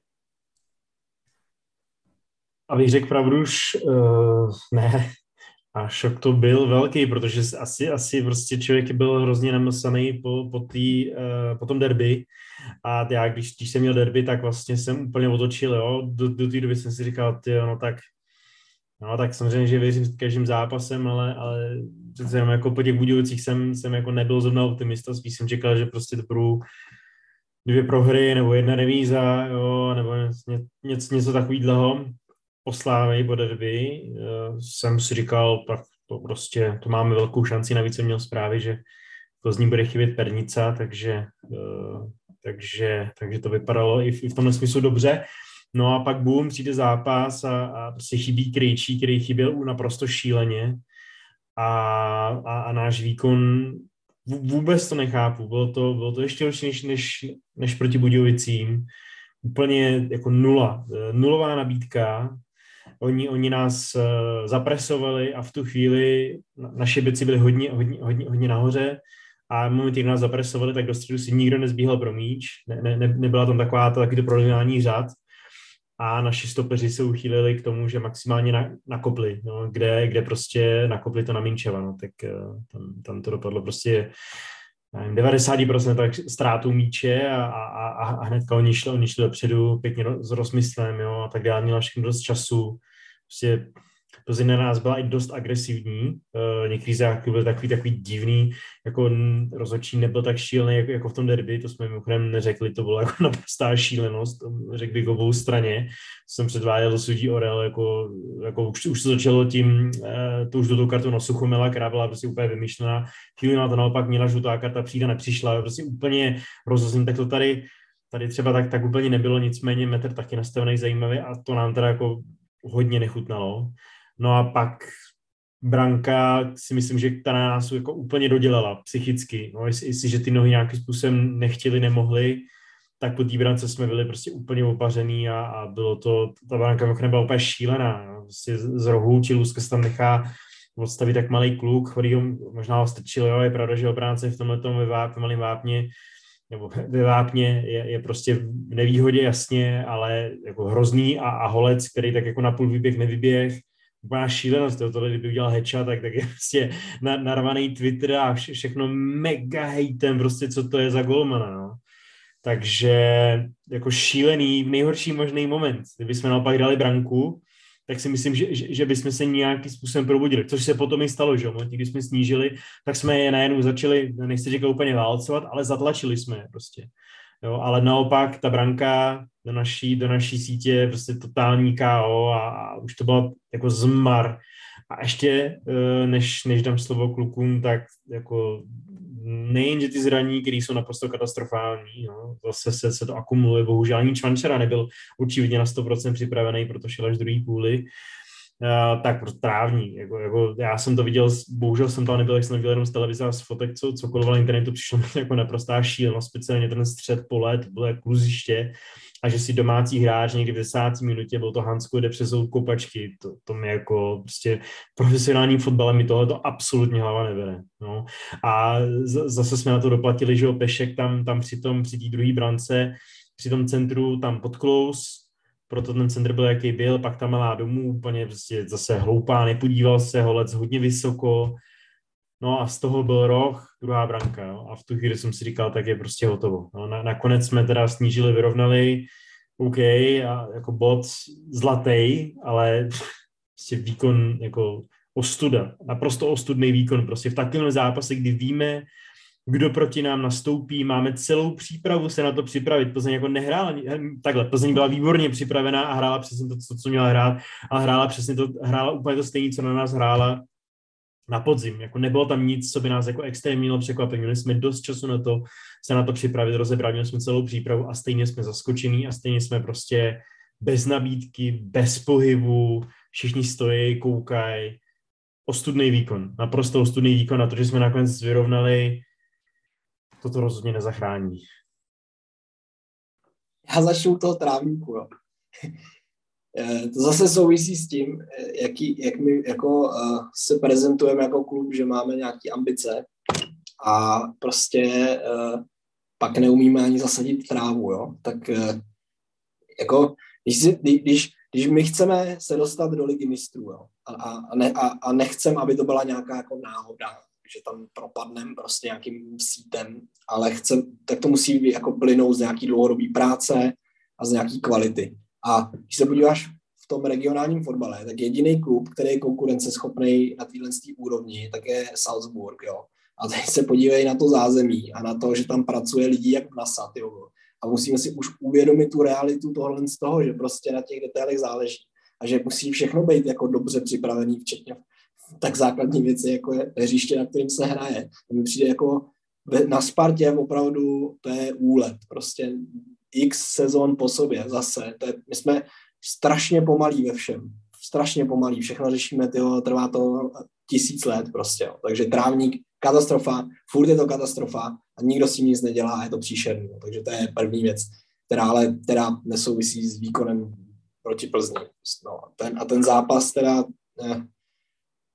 Abych řekl pravdu, už ne. A šok to byl velký, protože asi prostě člověk byl hrozně namlsaný po tom derby. A já, když jsem měl derby, tak vlastně jsem úplně otočil, jo. Do té doby jsem si říkal, tak samozřejmě, že věřím každým zápasem, ale přece jenom jako po těch Budějovicích jsem jako nebyl zrovna optimista, spíš jsem čekal, že prostě to budou 2 prohry nebo 1 remíza, jo, nebo něco takového. Po Slávii, po derby, jsem si říkal, tak to máme velkou šanci, navíc jsem měl zprávy, že Plzni bude chybět Pernica, takže to vypadalo i v tomhle smyslu dobře. No a pak přijde zápas a prostě chybí Krejčí, který chyběl naprosto šíleně a náš výkon vůbec to nechápu. Bylo to ještě horší než proti Budějovicím. Úplně jako nulová nabídka. Oni nás zapresovali a v tu chvíli naše beci byly hodně nahoře a v momentě, kdy nás zapresovali, tak do středu si nikdo nezbíhal pro míč, nebyla tam takový to prolínání řad a naši stopeři se uchýlili k tomu, že maximálně nakopli, no, kde prostě nakopli to na Minčeva, no, tak tam to dopadlo prostě 90% ztrátu míče a hnedka oni šli dopředu pěkně s rozmyslem, jo, a tak dále, měla všechno dost času, prostě Plzeň na nás byla i dost agresivní, některý základy byly takový divný, jako rozhodčí nebyl tak šílený jako v tom derby, to jsme mimochodem neřekli, to bylo jako naprostá šílenost, řekl bych obou straně, jsem předváděl sudí Orel, jako už to začalo tím, to už do tou kartu na Suchomela, která byla prostě úplně vymyšlená, chvíli na to naopak měla žlutá karta, přijde nepřišla, prostě úplně rozhodně, tak to tady třeba tak úplně nebylo, nicméně metr taky nastavený zajímavý a to nám teda jako hodně nechutnalo. No a pak branka si myslím, že ta nás jako úplně dodělala psychicky. No, jestliže ty nohy nějakým způsobem nechtěli, nemohli, tak po té brance jsme byli prostě úplně opařený a bylo to, ta branka byla úplně šílená. No. Prostě z rohu Čiluska se tam nechá odstavit tak malý kluk, který ho možná ho strčil, jo, je pravda, že obránce v tomhletom ve malém vápně, nebo ve vápně je prostě v nevýhodě jasně, ale jako hrozný a Holec, který tak jako na půl výběh nevyběh, úplná šílenost, tohle kdyby udělal Heča, tak je prostě narvaný Twitter a všechno mega hejtem, prostě co to je za golmana, no. Takže jako šílený v nejhorší možný moment. Kdyby jsme naopak dali branku, tak si myslím, že bychom se nějakým způsobem probudili, což se potom i stalo, že jo, když jsme snížili, tak jsme je najednou začali, nechci říkat úplně válcovat, ale zatlačili jsme je prostě. Jo, ale naopak ta branka do naší sítě prostě totální KO a už to bylo jako zmar. A ještě, než dám slovo klukům, tak jako nejenže ty zraní, které jsou naprosto katastrofální, no, zase se to akumuluje, bohužel ani Čvančara nebyl určitě na 100% připravený, proto šel až druhý půli, tak trávní, jako já jsem to viděl, bohužel jsem tam nebyl, jak jsem to viděl jenom z televize a z fotek, co koloval internetu, přišlo jako naprostá šílenost, speciálně ten střed pole, to bylo jako kluziště, a že si domácí hráč někdy v 10. minutě, byl to Hansko, jde přes koupačky, to mi jako prostě profesionálním fotbalem mi tohle absolutně hlava nebere. No. A zase jsme na to doplatili, že Pešek tam při té druhé brance, při tom centru tam podklous, proto ten centr byl, jaký byl, pak ta malá domů, úplně prostě zase hloupá, nepodíval se, Holec hodně vysoko, no a z toho byl roh, druhá branka, jo? A v tu chvíli jsem si říkal, tak je prostě hotovo. No, nakonec jsme teda snížili, vyrovnali, OK, a jako bod zlatý, ale prostě výkon jako ostuda, naprosto ostudný výkon, prostě v takovém zápase, kdy víme, kdo proti nám nastoupí, máme celou přípravu se na to připravit. Plzeň jako nehrála, takhle, Plzeň byla výborně připravená a hrála přesně to, co měla hrát, a hrála úplně to stejné, co na nás hrála na podzim. Jako nebylo tam nic, co by nás jako extrémně mělo překvapit. Měli jsme dost času na to se na to připravit, rozebrat, měli jsme celou přípravu a stejně jsme zaskočení a stejně jsme prostě bez nabídky, bez pohybu, všichni stojí, koukají. Ostudný výkon, naprosto ostudný výkon, a to, že jsme nakonec vyrovnali, toto rozhodně nezachrání. Já začnu toho trávníku, jo. To zase souvisí s tím, jak my jako, se prezentujeme jako klub, že máme nějaké ambice a prostě pak neumíme ani zasadit trávu, jo. Tak jako, když my chceme se dostat do Ligy mistrů, jo, a nechceme, aby to byla nějaká jako náhoda, že tam propadneme prostě nějakým sítem, ale tak to musí jako plynout z nějaký dlouhodobý práce a z nějaký kvality. A když se podíváš v tom regionálním fotbale, tak jediný klub, který je konkurenceschopný na téhle úrovni, tak je Salzburg, jo. A teď se podívej na to zázemí a na to, že tam pracuje lidí jak nasat, jo. A musíme si už uvědomit tu realitu tohle z toho, že prostě na těch detailech záleží a že musí všechno být jako dobře připravený, včetně tak základní věci, jako je hřiště, na kterým se hraje. To mi přijde jako na Spartě opravdu, to je úlet, prostě x sezon po sobě zase. My jsme strašně pomalí ve všem. Strašně pomalí. Všechno řešíme, trvá to 1000 let prostě. Jo. Takže trávník, katastrofa, furt je to katastrofa a nikdo s tím nic nedělá a je to příšerný. Jo. Takže to je první věc, která nesouvisí s výkonem proti Plzni. No, a ten zápas teda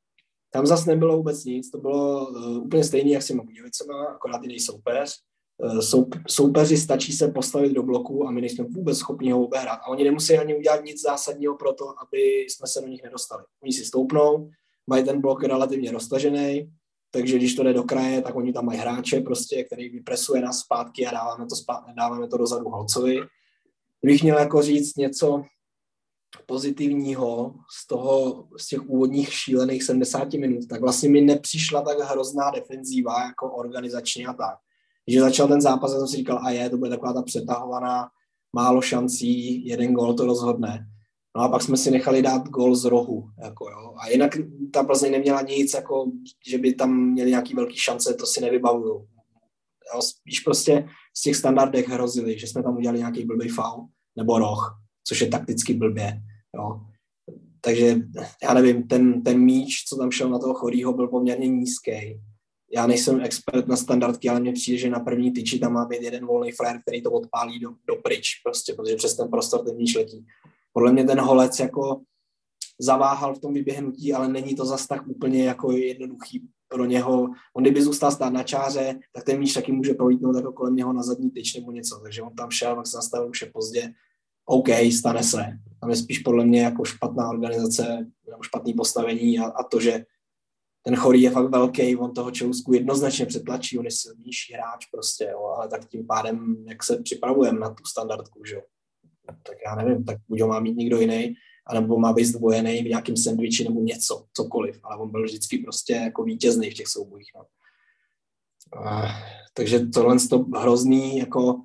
Tam zase nebylo vůbec nic, to bylo úplně stejné, jak s těma Budějovicema, akorát jiný soupeř. Soupeři stačí se postavit do bloku a my nejsme vůbec schopni ho obehrát. A oni nemusí ani udělat nic zásadního pro to, aby jsme se do nich nedostali. Oni si stoupnou, mají ten blok relativně roztažený, takže když to jde do kraje, tak oni tam mají hráče, prostě, který vypresuje nás zpátky a dáváme to dozadu Holcovi. Kdybych měl jako říct něco pozitivního z těch úvodních šílených 70 minut, tak vlastně mi nepřišla tak hrozná defenzíva jako organizačně a tak. Když začal ten zápas, jsem si říkal, to bude taková ta přetahovaná, málo šancí, 1 gól to rozhodne. No a pak jsme si nechali dát gól z rohu. Jako jo. A jinak ta Plzeň neměla nic, jako, že by tam měli nějaký velký šance, to si nevybavuju. Spíš prostě z těch standardech hrozili, že jsme tam udělali nějaký blbý faul nebo roh, což je takticky blbě. Jo. Takže já nevím, ten míč, co tam šel na toho Chorýho, byl poměrně nízký. Já nejsem expert na standardky, ale mně přijde, že na první tyči tam má být jeden volný frajer, který to odpálí do pryč, prostě, protože přes ten prostor ten míč letí. Podle mě ten Holec jako zaváhal v tom vyběhnutí, ale není to zas tak úplně jako jednoduchý pro něho. On kdyby zůstal stát na čáře, tak ten míč taky může prolítnout jako kolem něho na zadní tyč nebo něco, takže on tam šel, tak se nastavil, už je pozdě. OK, stane se. Tam je spíš podle mě jako špatná organizace, nebo špatný postavení a to, že ten Chorý je fakt velký, on toho Čelusku jednoznačně přetlačí, on je silnější hráč prostě, jo, ale tak tím pádem, jak se připravujeme na tu standardku, že jo. Tak já nevím, tak buď ho má mít někdo jiný, anebo má být zdvojený v nějakém sendviči nebo něco, cokoliv, ale on byl vždycky prostě jako vítězný v těch soubojích, no. Takže tohle je to hrozný, jako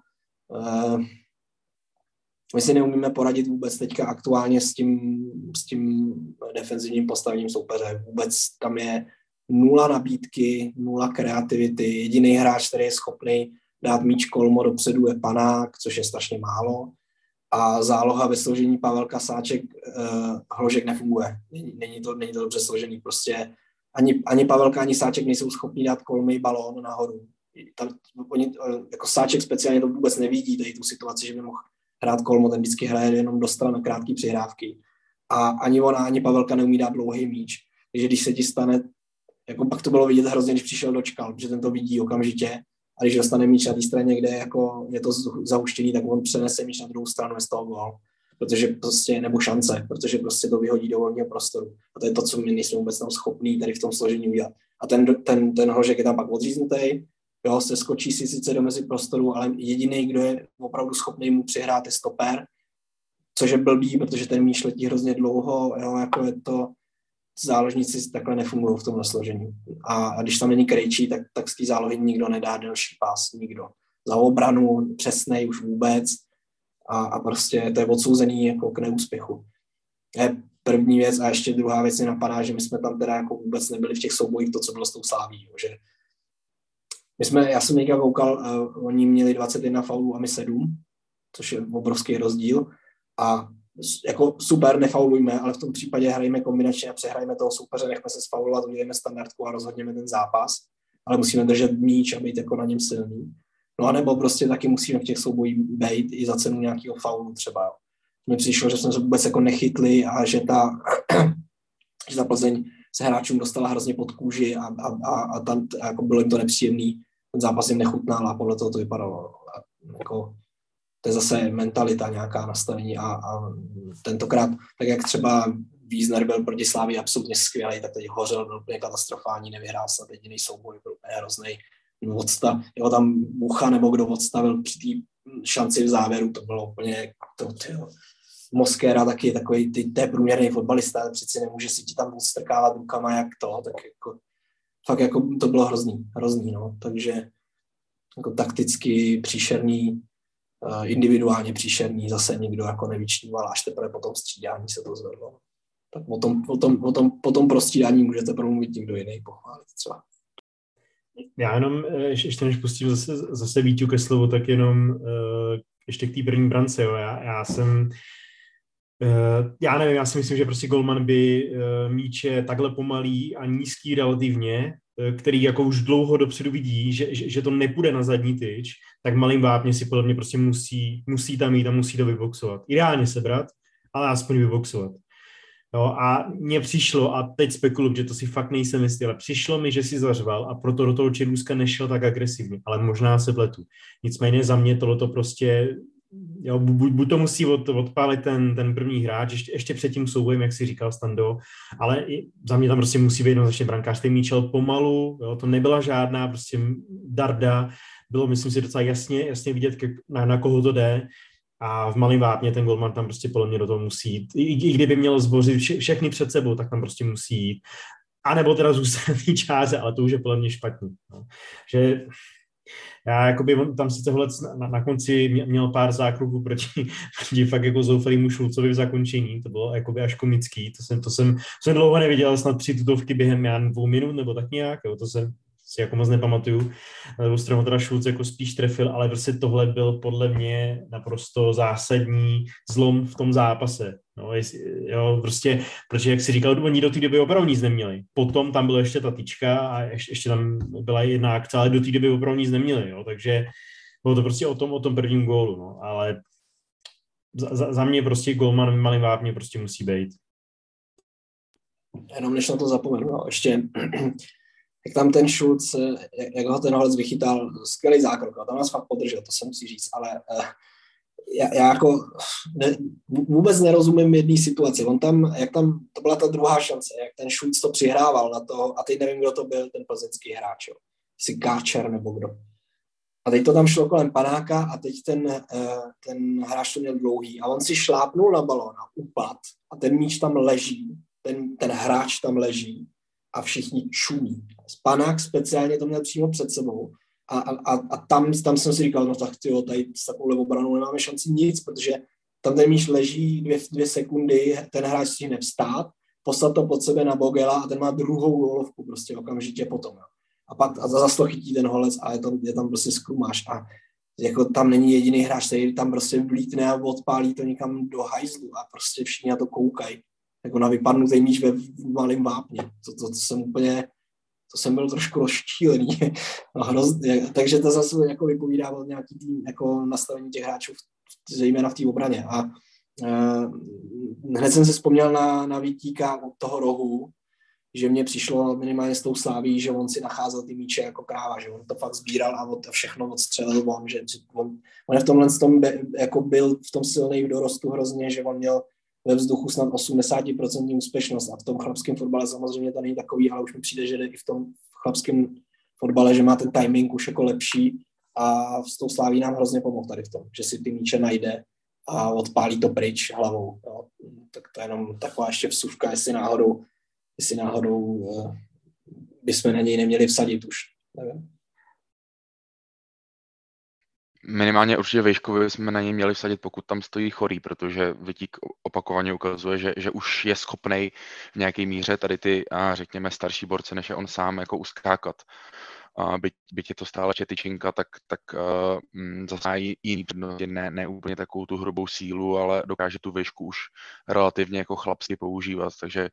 my si neumíme poradit vůbec teďka aktuálně s tím defenzivním postavením soupeře. Vůbec tam je 0 nabídky, 0 kreativity. Jediný hráč, který je schopný dát míč kolmo dopředu, je Panák, což je strašně málo. A záloha ve složení Pavelka, Sáček, Hložek nefunguje. Není to dobře složený. Prostě ani Pavelka, ani Sáček nejsou schopní dát kolmý balón nahoru. Oni, jako Sáček speciálně to vůbec nevidí, tady tu situaci, že by mohl hrát kolmo, ten vždycky hraje jenom do stran na krátké přihrávky. A ani ona, ani Pavelka neumí dát dlouhý míč. Takže když se ti stane, jako pak to bylo vidět hrozně, když přišel Dočkal, protože ten to vidí okamžitě. A když dostane míč na té straně, kde jako je to zahuštěný, tak on přenese míč na druhou stranu, je z toho gól. Protože prostě, nebo šance, protože prostě to vyhodí do volného prostoru. A to je to, co my nejsme vůbec tam schopní tady v tom složení udělat. A ten Hložek je tam pak odříznutý, jo, se skočí si sice do mezi prostoru, ale jediný, kdo je opravdu schopný mu přihrát, je stoper, což je blbý, protože ten míč letí hrozně dlouho, jo, jako je to, záložníci takhle nefungují v tom složení. A když tam není Krejčí, tak z té zálohy nikdo nedá delší pás, nikdo. Za obranu přesnej už vůbec a prostě to je odsouzený jako k neúspěchu. Je první věc a ještě druhá věc mi napadá, že my jsme tam teda jako vůbec nebyli v těch soubojích to, co bylo s tou Slaví, že já jsem někde koukal, oni měli 21 faulů a my 7, což je obrovský rozdíl a jako super, nefaulujme, ale v tom případě hrajeme kombinačně a přehrajeme toho soupeře, nechme se sfaulovat, udělejme standardku a rozhodněme ten zápas, ale musíme držet míč a být jako na něm silný. No a nebo prostě taky musíme v těch soubojích být i za cenu nějakého faulu třeba. Mi přišlo, že jsme se vůbec jako nechytli a že ta Plzeň se hráčům dostala hrozně pod kůži a tam jako bylo jim to nepříjemný, ten zápas jim nechutnal a podle toho to vypadalo. A jako, to je zase mentalita, nějaká nastavení a tentokrát, tak jak třeba Wiesner byl proti Slávii absolutně skvělý, tak teď hořel, byl úplně katastrofální, nevyhrál snad jediný souboj, byl úplně hroznej. Jo, tam Bucha nebo kdo odstavil při té šanci v závěru, to bylo úplně Moskéra taky je takový, to je průměrný fotbalista, přeci nemůže si ti tam strkávat rukama jak to, tak jako fakt jako to bylo hrozný, no, takže jako takticky příšerný, individuálně příšerný, zase nikdo jako nevyčníval, až teprve po tom střídání se to zvedlo. Tak po tom prostřídání můžete promluvit někdo jiný, pochválit třeba. Já jenom, ještě než pustím zase Víťu ke slovu, tak jenom ještě k té první brance, jo. Já nevím, já si myslím, že prostě golman by míč je takhle pomalý a nízký relativně, který jako už dlouho dopředu vidí, že to nepůjde na zadní tyč, tak malým vápně si podle mě prostě musí tam jít a musí to vyboxovat. Ideálně sebrat, ale aspoň vyboxovat. Jo, a mně přišlo, a teď spekuluju, že to si fakt nejsem jistý, ale přišlo mi, že si zařval a proto do toho Čerůzka nešel tak agresivně, ale možná se pletu. Nicméně za mě tohleto prostě, jo, buď to musí odpálit ten první hráč, ještě před tím soubojem, jak si říkal Stando, ale za mě tam prostě musí být jednoznačně brankář, který míčel pomalu, jo, to nebyla žádná prostě darda, bylo, myslím si, docela jasně vidět, na koho to jde. A v Malém Vápně ten golman tam prostě podle mě do toho musí jít. I kdyby měl zbořit všechny před sebou, tak tam prostě musí jít. A nebo teda zůstat v té čáře, ale to už je podle mě špatný. No. Že já jakoby tam sice Holec na konci měl pár zákroků proti fakt jako zoufalýmu Šulcovi v zakončení. To bylo jakoby až komický. To jsem dlouho neviděl, snad 3 tutovky během 2 minut nebo tak nějak. Jo. To jsem si jako moc nepamatuju. Na druhou stranu teda Šulc jako spíš trefil, ale prostě tohle byl podle mě naprosto zásadní zlom v tom zápase. No, jo, prostě, protože jak si říkal, oni do té doby opravdu nic neměli. Potom tam byla ještě ta tyčka a ještě tam byla jedna akce, ale do té doby opravdu nic neměli. Jo, takže bylo to prostě o tom prvním gólu. No, ale za mě prostě golman v Malém Vápně prostě musí být. Jenom než na to zapomenu, no, ještě jak tam ten Šulc, jak ho ten Holec vychytal, skvělý zákrok, tam nás fakt podržel, to se musí říct, ale já jako vůbec nerozumím jedné situaci. To byla ta druhá šance, jak ten Šulc to přihrával na to, a teď nevím, kdo to byl, ten plzeňský hráč, jo. Jestli Káčer nebo kdo. A teď to tam šlo kolem panáka a teď ten hráč to měl dlouhý a on si šlápnul na balón a upad a ten míč tam leží, ten hráč tam leží a všichni čumí. Panák speciálně to měl přímo před sebou a tam jsem si říkal, no tak tyjo, tady s takovou obranou nemáme šanci nic, protože tam ten míč leží 2 sekundy, ten hráč si nevstát, poslat to pod sebe na Bogela a ten má druhou gólovku prostě okamžitě potom. Jo. A pak zase to chytí ten Holec a je tam prostě skrumáš a jako tam není jediný hráč, který tam prostě vlítne a odpálí to někam do hajzlu a prostě všichni na to koukají. Jako na vypadnutý míč ve Malém Vápně. To jsem byl trošku rozčílený. No, takže to zase jako vypovídá o nějaký tým, jako nastavení těch hráčů, zejména v té obraně. A hned jsem si vzpomněl na Vítíka od toho rohu, že mně přišlo minimálně s tou Sláví, že on si nacházel ty míče jako kráva, že on to fakt sbíral a všechno odstřelil on, že on v tomhle jako byl v tom silný dorostu hrozně, že on měl ve vzduchu snad 80% úspěšnost a v tom chlapském fotbale samozřejmě to není takový, ale už mi přijde, že i v tom chlapském fotbale, že má ten timing už jako lepší a s tou Sláví nám hrozně pomohl tady v tom, že si ty míče najde a odpálí to pryč hlavou. Jo. Tak to je jenom taková ještě vsuvka, jestli náhodou bychom na něj neměli vsadit už. Nevím. Minimálně určitě Vejškovi jsme na něj měli vsadit, pokud tam stojí Chorý, protože Vítík opakovaně ukazuje, že už je schopnej v nějaké míře tady ty, řekněme, starší borce, než je on sám, jako uskákat. Byť je to stále Četyčinka, tak zase má jiný přednosti, ne úplně takovou tu hrubou sílu, ale dokáže tu Vejšku už relativně jako chlapsky používat, takže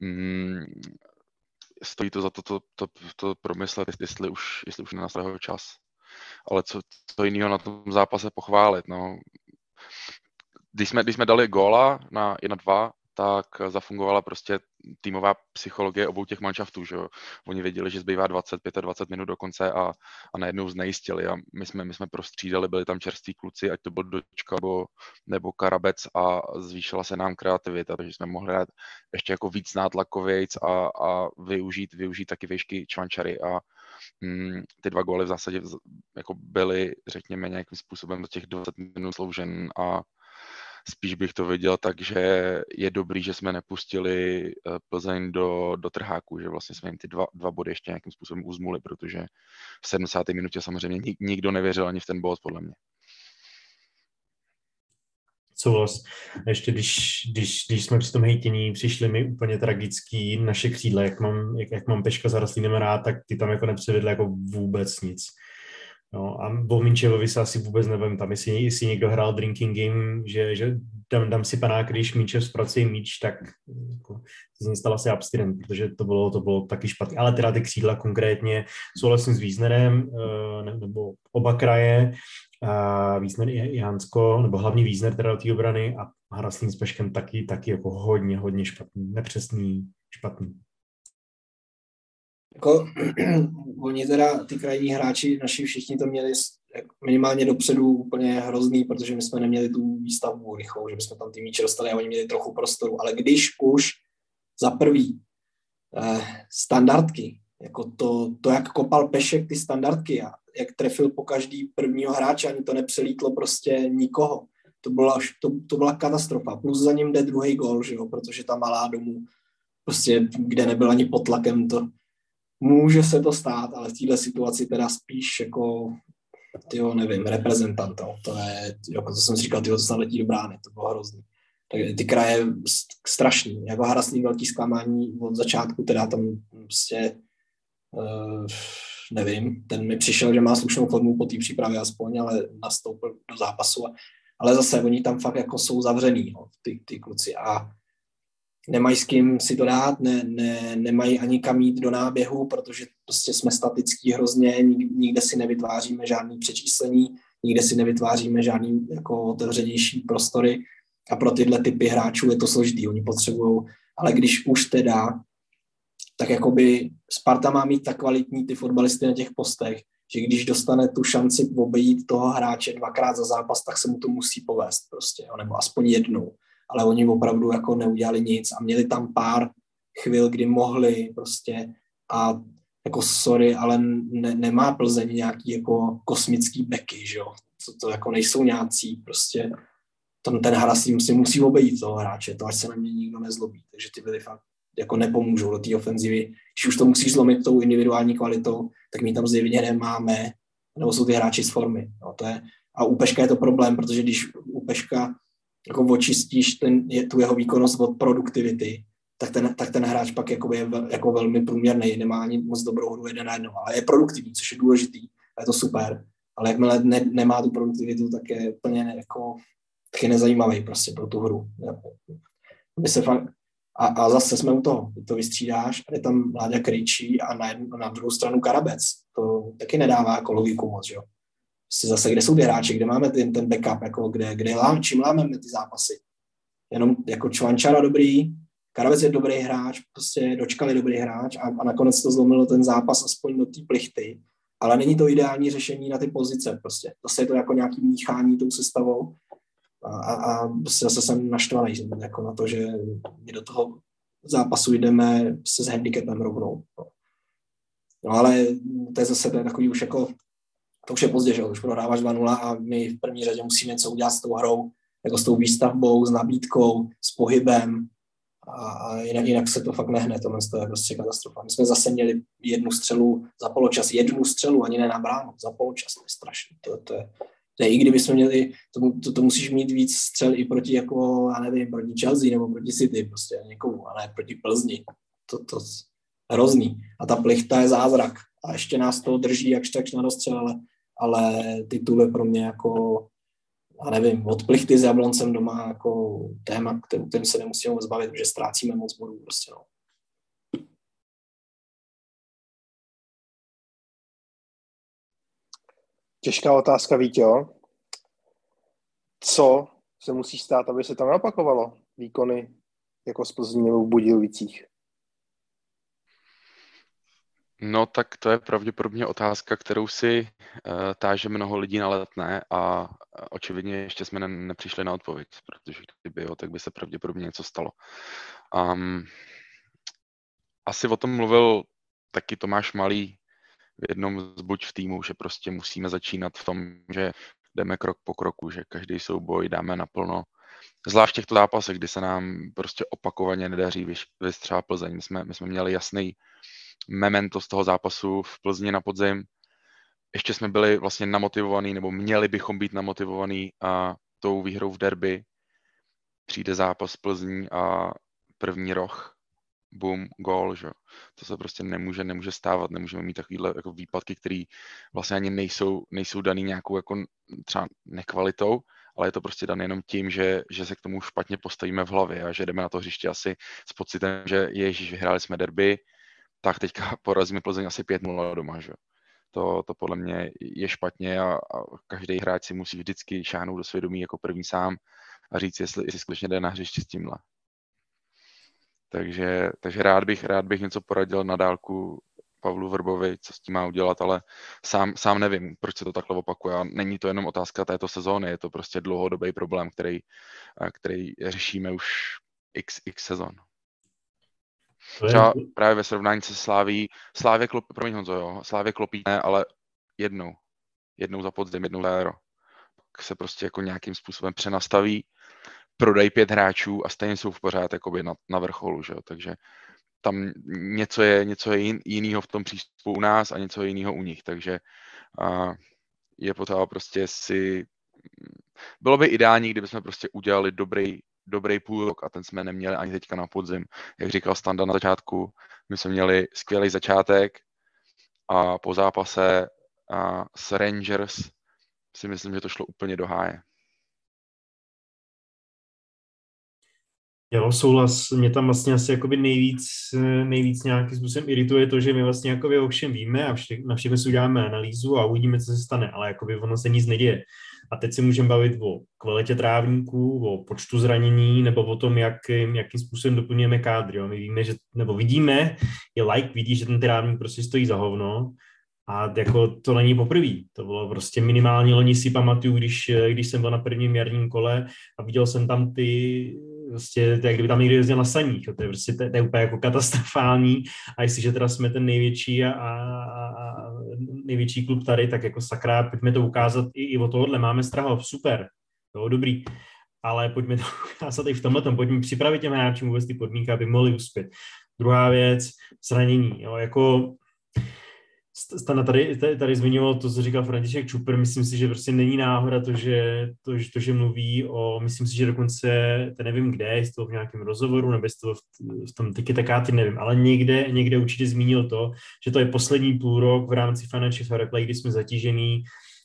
stojí to za to promyslet, jestli už nenastal jeho čas. Ale co jiného na tom zápase pochválit, no. Když jsme dali góla na 1-2, tak zafungovala prostě týmová psychologie obou těch manšaftů, že jo. Oni věděli, že zbývá 25 minut do konce a najednou znejistili a my jsme prostřídali, byli tam čerství kluci, ať to byl Dočka nebo Karabec a zvýšila se nám kreativita, takže jsme mohli dát ještě jako víc nátlakovějc a využít taky Vejšky Čvančary a ty 2 góly v zásadě jako byly, řekněme, nějakým způsobem do těch 20 minut sloužen a spíš bych to viděl tak, že je dobrý, že jsme nepustili Plzeň do trháku, že vlastně jsme jim ty 2 body ještě nějakým způsobem uzmuli, protože v 70. minutě samozřejmě nikdo nevěřil ani v ten bod, podle mě. Souhlas. Ještě když jsme při tom hejtění přišli mi úplně tragický naše křídla, jak mám Peška za Rastlínem rád, tak ty tam jako nepředvedli jako vůbec nic. No a o Minčevovi se asi vůbec nevím, tam jestli někdo hrál drinking game, že dám si panák, když Minčev zpracují míč, tak jako, z ní stal asi abstinent, protože to bylo taky špatný. Ale teda ty křídla konkrétně, souhlasím s Wiesnerem, nebo oba kraje, Wiesner i Hansko, nebo hlavní Wiesner teda do té obrany a Haraslín s Peškem taky jako hodně špatný, nepřesný, špatný. Jako, oni teda, ty krajní hráči, naši všichni to měli minimálně dopředu úplně hrozný, protože my jsme neměli tu výstavbu rychlou, že bychom tam ty míče dostali a oni měli trochu prostoru, ale když už za prvý standardky, jako to, jak kopal Pešek ty standardky a jak trefil po každý prvního hráče, ani to nepřelítlo prostě nikoho. To byla katastrofa. Plus za ním jde druhý gól, že jo, protože ta malá domů, prostě, kde nebyl ani pod tlakem, to může se to stát, ale v této situaci teda spíš jako, nevím, reprezentant. To je, jako to jsem si říkal, to snad letí do brány, to bylo hrozný. Tak ty kraje strašný, jako Haraslín velký zklamání od začátku, teda tam prostě nevím, ten mi přišel, že má slušnou formu po té přípravě aspoň, ale nastoupil do zápasu. Ale zase oni tam fakt jako jsou zavřený, ty kluci a nemají s kým si to dát, nemají ani kam jít do náběhu, protože prostě jsme statický hrozně, nikde si nevytváříme žádný přečíslení, nikde si nevytváříme žádný jako otevřenější prostory a pro tyhle typy hráčů je to složitý, oni potřebují, ale když už teda, tak jakoby Sparta má mít tak kvalitní ty fotbalisty na těch postech, že když dostane tu šanci obejít toho hráče dvakrát za zápas, tak se mu to musí povést prostě, nebo aspoň jednou. Ale oni opravdu jako neudělali nic a měli tam pár chvil, kdy mohli prostě a jako sorry, ale nemá Plzeň nějaký jako kosmický beky, že jo. To jako nejsou nějací prostě, tam ten Haraslín si musí obejít toho hráče, to až se na mě nikdo nezlobí, takže ty byli fakt jako nepomůžou do té ofenzivy. Když už to musíš zlomit tou individuální kvalitou, tak my tam zjevně nemáme, nebo jsou ty hráči z formy. No, a u Peška je to problém, protože když u Peška jako očistíš tu jeho výkonnost od produktivity, tak ten hráč pak je jako velmi průměrný, nemá ani moc dobrou hru 1-1, ale je produktivní, což je důležitý a je to super. Ale jakmile nemá tu produktivitu, tak je úplně jako taky nezajímavý prostě pro tu hru. A zase jsme u toho, ty to vystřídáš a je tam Láďa Krejčí a na druhou stranu Karabec. To taky nedává jako logiku moc, jo. Prostě zase, kde jsou ty hráči, kde máme ten backup, jako čím lámeme ty zápasy. Jenom jako Čvančara dobrý, Karabec je dobrý hráč, prostě Dočkal je dobrý hráč a nakonec to zlomilo ten zápas aspoň do té plichty, ale není to ideální řešení na ty pozice prostě. Zase je to jako nějaký míchání tou sestavou a prostě zase jsem naštvaný jako na to, že my do toho zápasu jdeme se s handicapem rovnou. No ale to je zase takový už jako to už je pozdě, že už prohráváš 2-0 a my v první řadě musíme něco udělat s tou hrou, jako s tou výstavbou, s nabídkou, s pohybem a jinak se to fakt nehne, tohle je prostě katastrofa. My jsme zase měli jednu střelu za poločas, ani ne na bránu, za poločas, to je strašný. To je, i kdyby jsme měli, to musíš mít víc střel i proti jako, já nevím, proti Chelsea nebo proti City, prostě někomu, a ne proti Plzni. To hrozný. A ta plichta je zázrak. A ještě nás to drží jakž takž na dostřel, ale titul je pro mě jako, já nevím, od plichty s Jabloncem doma jako téma, kterým se nemusíme zbavit, protože ztrácíme moc bodů prostě, no. Těžká otázka, Víťo. Co se musí stát, aby se tam naopakovalo výkony jako z Plzní nebo v Budějovicích? No tak to je pravděpodobně otázka, kterou si táže mnoho lidí na Letné a očividně ještě jsme nepřišli na odpověď, protože kdyby jo, tak by se pravděpodobně něco stalo. Asi o tom mluvil taky Tomáš Malý v jednom z buď v týmu, že prostě musíme začínat v tom, že jdeme krok po kroku, že každý souboj dáme naplno. Zvlášť v těchto zápasech, kdy se nám prostě opakovaně nedaří vystřelat Plzeň. My jsme měli jasný memento z toho zápasu v Plzni na podzim. Ještě jsme byli vlastně namotivovaní, nebo měli bychom být namotivovaní tou výhrou v derby. Přijde zápas Plzní a první roh, bum, gól, že? To se prostě nemůže stávat, nemůžeme mít takovýhle jako výpadky, které vlastně ani nejsou daný nějakou jako třeba nekvalitou, ale je to prostě dané jenom tím, že se k tomu špatně postavíme v hlavě a že jdeme na to hřiště asi s pocitem, že ježiš, vyhráli jsme derby, tak teďka porazíme Plzeň asi 5-0 doma, že? To podle mě je špatně a každý hráč si musí vždycky šáhnout do svědomí jako první sám a říct, jestli skutečně jde na hřiště s tímhle. Takže rád bych něco poradil na dálku Pavlu Vrbovi, co s tím má udělat, ale sám nevím, proč se to takhle opakuje. A není to jenom otázka této sezóny, je to prostě dlouhodobý problém, který řešíme už x sezon. Třeba právě ve srovnání se Sláví Slávě klopí ne, ale jednou za podzim, jednou za jaro. Pak se prostě jako nějakým způsobem přenastaví, prodají 5 hráčů a stejně jsou v pořád jakoby na vrcholu, že jo? Takže tam něco je jiného v tom přístupu u nás a něco jiného u nich, takže je potřeba prostě bylo by ideální, kdyby jsme prostě udělali dobrý půl rok a ten jsme neměli ani teďka na podzim. Jak říkal Standa na začátku, my jsme měli skvělý začátek a po zápase s Rangers si myslím, že to šlo úplně do háje. Jo, souhlas. Mě tam vlastně asi jakoby nejvíc nějakým způsobem irituje to, že my vlastně jakoby o všem víme a na všechno si uděláme analýzu a uvidíme, co se stane, ale jakoby ono se nic neděje. A teď si můžeme bavit o kvalitě trávníků, o počtu zranění nebo o tom, jakým způsobem doplňujeme kádry. Jo. My víme, vidíme, vidí, že ten trávník prostě stojí za hovno. A jako to není poprvé. To bylo prostě minimálně loni si pamatuju, když jsem byl na prvním jarním kole a viděl jsem tam ty prostě, jak kdyby tam někdo jezdil na saních. To je prostě to je úplně jako katastrofální. A jestliže teda jsme ten největší a největší klub tady, tak jako sakra, pojďme to ukázat i o tohohle. Máme Strahov, super, jo, dobrý. Ale pojďme to ukázat i v tomhletom. Pojďme připravit těm hráčům vůbec ty podmínky, aby mohli uspět. Druhá věc, zranění. Jo, jako Stana tady zmiňoval to, co říkal František Čupr, myslím si, že prostě není náhoda že mluví o, myslím si, že dokonce, to nevím kde, jestli to v nějakém rozhovoru, nebo jestli to v tom tiki-takáty, nevím, ale někde určitě zmínil to, že to je poslední půl rok v rámci Financial Fair Play, kdy jsme zatížený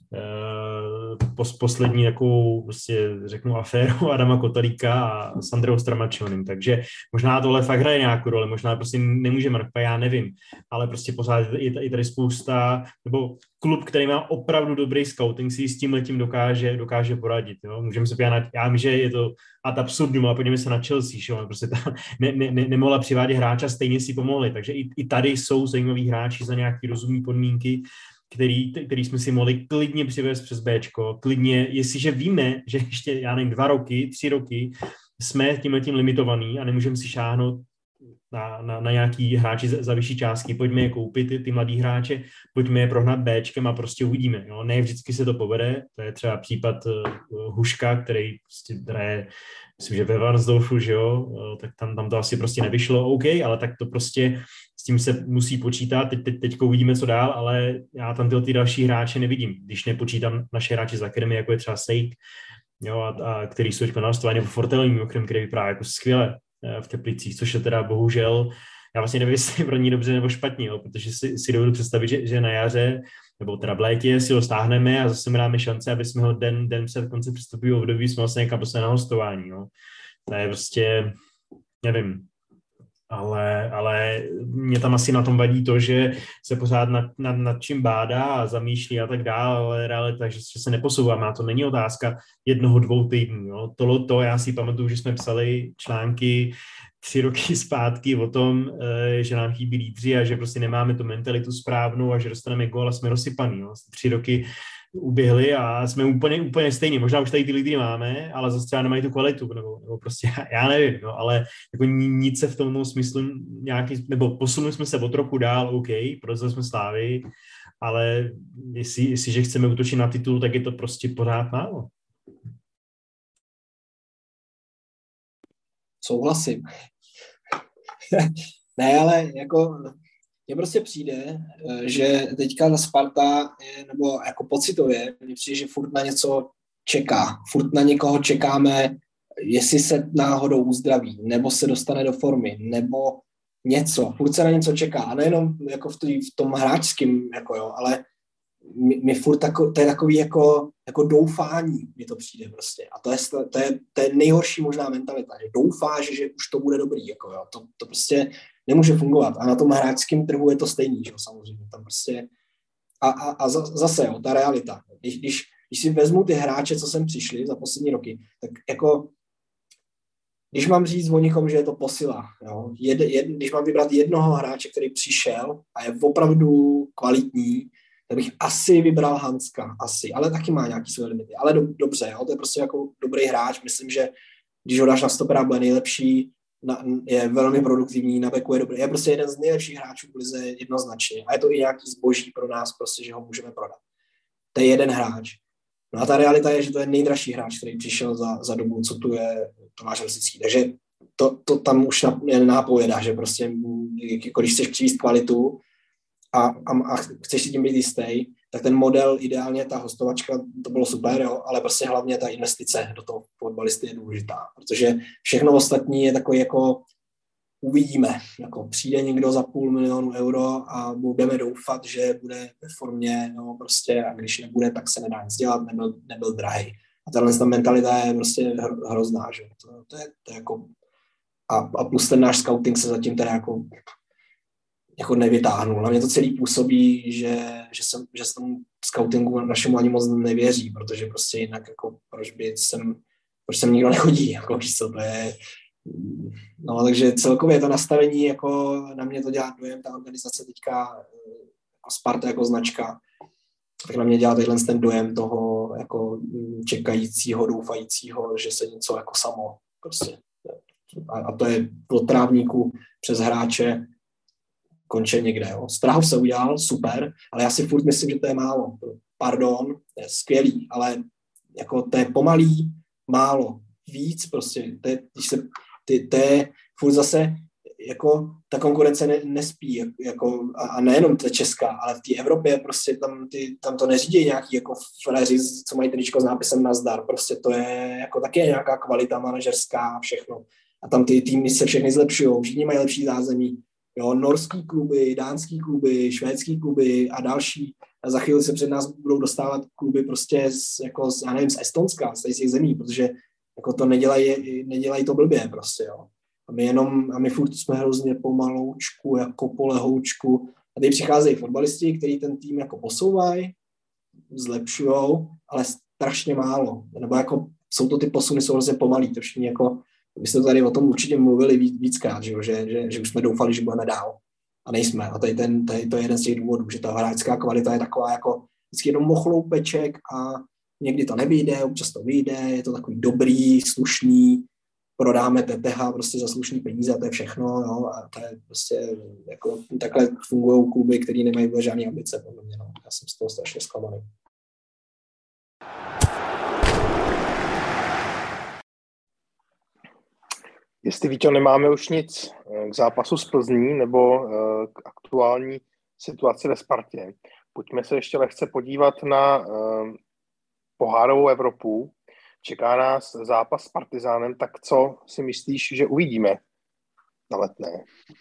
poslední takovou, prostě řeknu, aféru Adama Kotalíka a s Andreou Stramačonem, takže možná tohle fakt hraje nějakou roli, možná prostě nemůžeme, já nevím, ale prostě pořád je tady spousta, nebo klub, který má opravdu dobrý scouting, si s tímhletím dokáže poradit, jo? Můžeme se podívat, já vím, že je to ad absurdum, ale podívejme se na Chelsea, že prostě nemohla přivádět hráče, stejně si pomohli, takže i tady jsou zajímaví hráči za nějaký rozumný podmínky, který jsme si mohli klidně přivést přes Bčko, klidně, jestliže víme, že ještě, já nevím, 2 roky, 3 roky jsme tímhletím limitovaný a nemůžeme si šáhnout na nějaký hráči za vyšší částky, pojďme je koupit, ty mladý hráče, pojďme je prohnat Bčkem a prostě uvidíme. Jo? Ne vždycky se to povede, to je třeba případ Huška, který prostě hraje, myslím, že ve Varnsdorfu, že jo, tak tam to asi prostě nevyšlo, OK, ale tak to prostě s tím se musí počítat, teďko uvidíme, co dál, ale já tam ty další hráče nevidím, když nepočítám naše hráče z akademie, jako je třeba Sejk, jo, a který jsou teďka na hostování, nebo Fortelní, který vypadá jako skvěle v Teplicích, což je teda bohužel, já vlastně nevím, jestli je pro ní dobře nebo špatně, jo, protože si dovedu představit, že na jaře, nebo teda v létě si ho stáhneme a zase mu dáme šance, aby jsme ho den před koncem přestupového období jsme vlastně někam poslali na hostování. Jo. To je prostě, nevím, ale mě tam asi na tom vadí to, že se pořád nad čím bádá a zamýšlí a tak dále, ale realita, že se neposouváme. A to není otázka 1-2 týdnů. Jo. To já si pamatuju, že jsme psali články 3 roky zpátky o tom, že nám chybí lídři a že prostě nemáme tu mentalitu správnou a že dostaneme gól a jsme rozsypaný. Jo. 3 roky uběhly a jsme úplně stejný. Možná už tady ty lídry máme, ale zase třeba nemají tu kvalitu, nebo prostě já nevím, no, ale jako nic se v tom smyslu nějaký, nebo posunuli jsme se o trochu dál, OK, protože jsme Slávy, ale jestliže chceme útočit na titul, tak je to prostě pořád málo. Souhlasím. Ne, ale jako mně prostě přijde, že teďka ta Sparta je, nebo jako pocitově, mně přijde, že furt na něco čeká. Furt na někoho čekáme, jestli se náhodou uzdraví, nebo se dostane do formy, nebo něco. Furt se na něco čeká. A nejenom jako v tom hráčském, jako jo, ale my furt to je takový jako doufání, mi to přijde prostě. A to je nejhorší možná mentalita, že doufáš, že už to bude dobrý, jako jo. To prostě nemůže fungovat. A na tom hráčském trhu je to stejný, že jo, samozřejmě. Tam prostě zase, jo, ta realita. Když si vezmu ty hráče, co sem přišli za poslední roky, tak jako když mám říct o někom, že je to posila, jo, když mám vybrat jednoho hráče, který přišel a je opravdu kvalitní, tak bych asi vybral Hanska, asi, ale taky má nějaký své limity. Ale dobře, jo, to je prostě jako dobrý hráč, myslím, že když ho dáš na stopera, bude nejlepší, je velmi produktivní, na beku je dobrý, je prostě jeden z nejlepších hráčů v lize jednoznačně a je to i nějaký zboží pro nás, prostě, že ho můžeme prodat. To je jeden hráč. No a ta realita je, že to je nejdražší hráč, který přišel za dobu, co tu je Tomáš Rosický. Takže to tam už nápovědá, že prostě, když chceš přivést kvalitu a chceš si tím být jistý, tak ten model, ideálně ta hostovačka, to bylo super, jo, ale prostě hlavně ta investice do toho fotbalisty je důležitá, protože všechno ostatní je takový jako uvidíme, jako přijde někdo za 500 000 euro a budeme doufat, že bude ve formě, no prostě, a když nebude, tak se nedá nic dělat, nebyl drahej. A tato mentalita je prostě hrozná, že to je jako a plus ten náš scouting se zatím teda jako nevytáhnul. Na mě to celý působí, že se tomu scoutingu našemu ani moc nevěří, protože prostě jinak jako proč sem nikdo nechodí, jako víš co, to je. No, takže celkově to nastavení, jako na mě to dělá dojem, ta organizace teďka, jako Sparta jako značka, tak na mě dělá ten dojem toho jako čekajícího, doufajícího, že se něco jako samo prostě. A to je od trávníku přes hráče konče někde. Jo. Strahov se udělal, super, ale já si furt myslím, že to je málo. Pardon, to je skvělý, ale jako to je pomalý, málo. Víc prostě, to je furt zase, jako ta konkurence nespí, jako, a nejenom ta česká, ale v té Evropě prostě tam to neřídí nějaký jako frajeři, co mají tričko s nápisem nazdar, prostě to je jako taky nějaká kvalita manažerská, všechno. A tam ty týmy se všechny zlepšují, všichni mají lepší zázemí, jo, norský kluby, dánský kluby, švédský kluby a další. A za chvíli se před nás budou dostávat kluby prostě já nevím, z Estonska, z těch zemí, protože jako to nedělají to blbě prostě, jo. A my furt jsme hrozně pomaloučku, jako polehoučku. A tady přicházejí fotbalisti, kteří ten tým jako posouvají, zlepšujou, ale strašně málo. Nebo jako jsou to ty posuny, jsou hrozně pomalý. To všichni jako, my jsme tady o tom určitě mluvili víckrát, že už jsme doufali, že budeme dál. A nejsme. A to je jeden z těch důvodů, že ta hráčská kvalita je taková jako vždycky jenom mochloupeček a někdy to nevyjde, občas to vyjde, je to takový dobrý, slušný, prodáme TTH prostě za slušný peníze a to je všechno, jo, a to je prostě, jako takhle fungují kluby, který nemají vůbec žádný ambice, podle mě, no. Já jsem z toho strašně zklamaný. Jestli, Víťo, nemáme už nic k zápasu s Plzní nebo k aktuální situaci ve Spartě, pojďme se ještě lehce podívat na pohárovou Evropu. Čeká nás zápas s Partizánem, tak co si myslíš, že uvidíme na Letné?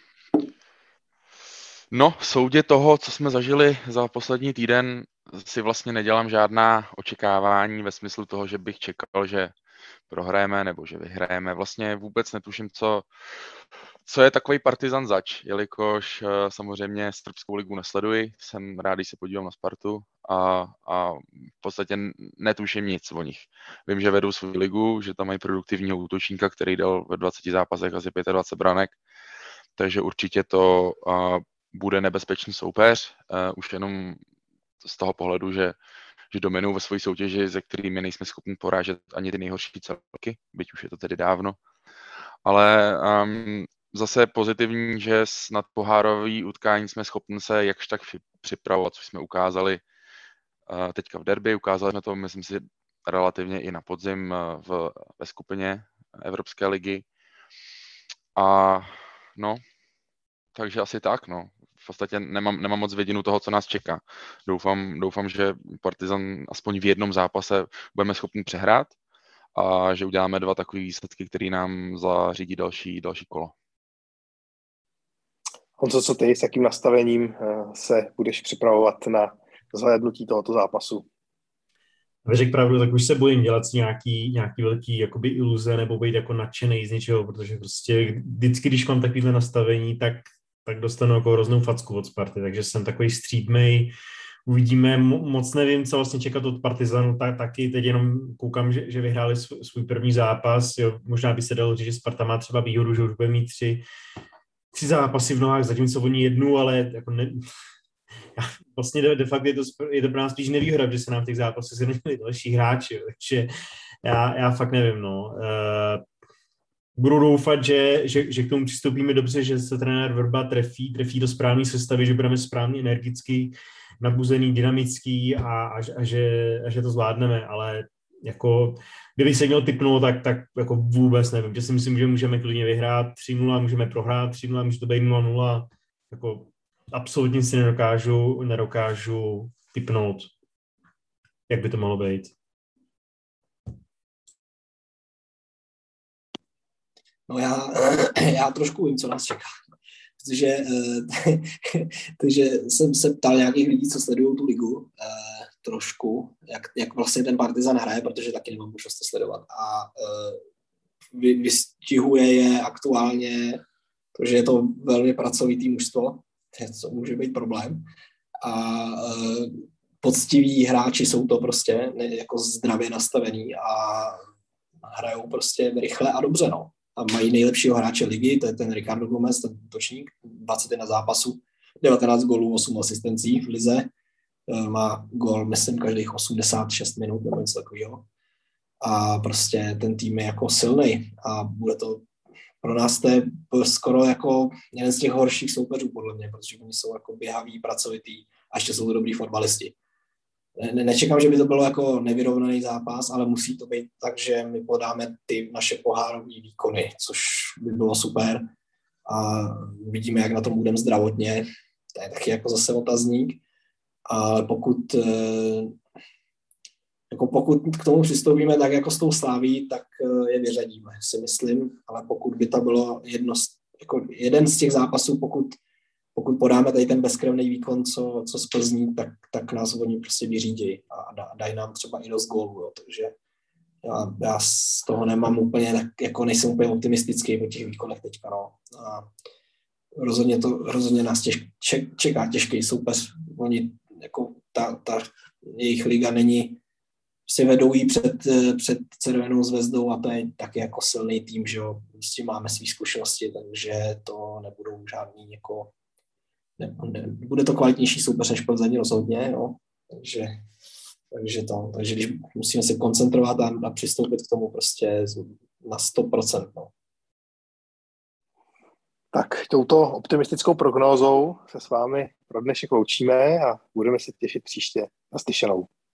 No, v soudě toho, co jsme zažili za poslední týden, si vlastně nedělám žádná očekávání ve smyslu toho, že bych čekal, že prohrajeme nebo že vyhrajeme. Vlastně vůbec netuším, co je takový Partizan zač, jelikož samozřejmě srbskou ligu nesleduji, jsem rád, když se podívám na Spartu a v podstatě netuším nic o nich. Vím, že vedou svou ligu, že tam mají produktivního útočníka, který dal ve 20 zápasech asi 25 branek, takže určitě to bude nebezpečný soupeř, už jenom z toho pohledu, že dominují ve své soutěži, ze kterými nejsme schopni porážet ani ty nejhorší celky, byť už je to tedy dávno. Ale zase pozitivní, že na pohárový utkání jsme schopni se jakž tak připravovat, což jsme ukázali teďka v derby. Ukázali jsme to, myslím si, relativně i na podzim ve skupině Evropské ligy. A no, takže asi tak, no. V podstatě nemám moc věděnu toho, co nás čeká. Doufám, že Partizan aspoň v jednom zápase budeme schopni přehrát a že uděláme 2 takové výsledky, které nám zařídí další kolo. Honzo, co ty, s jakým nastavením se budeš připravovat na zhlédnutí tohoto zápasu. Řekl pravdu, tak už se bojím dělat si nějaký velký jakoby iluze nebo být jako nadšenej z něčeho, protože prostě vždycky, když mám takovýhle nastavení, tak dostanu jako hroznou facku od Sparty, takže jsem takový střídmej. Uvidíme, moc nevím, co vlastně čekat od Partizanu, taky teď jenom koukám, že vyhráli svůj první zápas, jo, možná by se dalo říct, že Sparta má třeba výhodu, že už bude mít tři zápasy v nohách, zatímco oni jednu, ale jako vlastně de facto je to pro nás spíš nevýhoda, že se nám v těch zápasech změnili další hráči, takže já fakt nevím, no. Budu doufat, že k tomu přistoupíme dobře, že se trenér Vrba trefí do správné sestavy, že budeme správně energický, nabuzený, dynamický a že to zvládneme, ale jako kdybych se měl tipnout, tak jako vůbec nevím, že si myslím, že můžeme klidně vyhrát 3-0, můžeme prohrát 3-0, může to být 0-0, jako absolutně si nedokážu tipnout, jak by to mohlo být. No já trošku vím, co nás čeká. Takže jsem se ptal nějakých lidí, co sledují tu ligu, trošku, jak vlastně ten Partizan hraje, protože taky nemám možnost to sledovat. A vystihuje je aktuálně, protože je to velmi pracovitý mužstvo, co může být problém. A poctiví hráči jsou to prostě jako zdravě nastavení a hrajou prostě rychle a dobře, no. A mají nejlepšího hráče ligy, to je ten Ricardo Gomez, ten útočník, 21 zápasů, 19 gólů, 8 asistencí v lize. Má gól, myslím, každých 86 minut nebo něco takového. A prostě ten tým je jako silnej a bude to pro nás to je skoro jako jeden z těch horších soupeřů, podle mě, protože oni jsou jako běhaví, pracovitý a ještě jsou to dobrý fotbalisti. Nečekám, že by to bylo jako nevyrovnaný zápas, ale musí to být tak, že my podáme ty naše pohárové výkony, což by bylo super. A vidíme, jak na tom budeme zdravotně. To je taky jako zase otazník. Ale pokud k tomu přistoupíme tak jako s tou Slaví, tak je vyřadíme, si myslím. Ale pokud by to bylo jeden z těch zápasů, pokud podáme tady ten bezkrevný výkon, co z Plzní, tak nás oni prostě vyřídějí a dají nám třeba i dost gólů. Jo. Takže já z toho nemám úplně, tak jako nejsem úplně optimistický po těch výkonech teďka. No. A rozhodně nás čeká těžký soupeř. Oni, jako ta jejich liga není, si vedou jí před Červenou zvezdou a to je taky jako silný tým, že jo. Prostě máme svý zkušenosti, takže to nebudou žádný jako bude to kvalitnější soupeř než Plzeň rozhodně, no. Takže když musíme se koncentrovat a přistoupit k tomu prostě na 100%. No. Tak touto optimistickou prognózou se s vámi pro dnešek loučíme a budeme se těšit příště. Naslyšenou.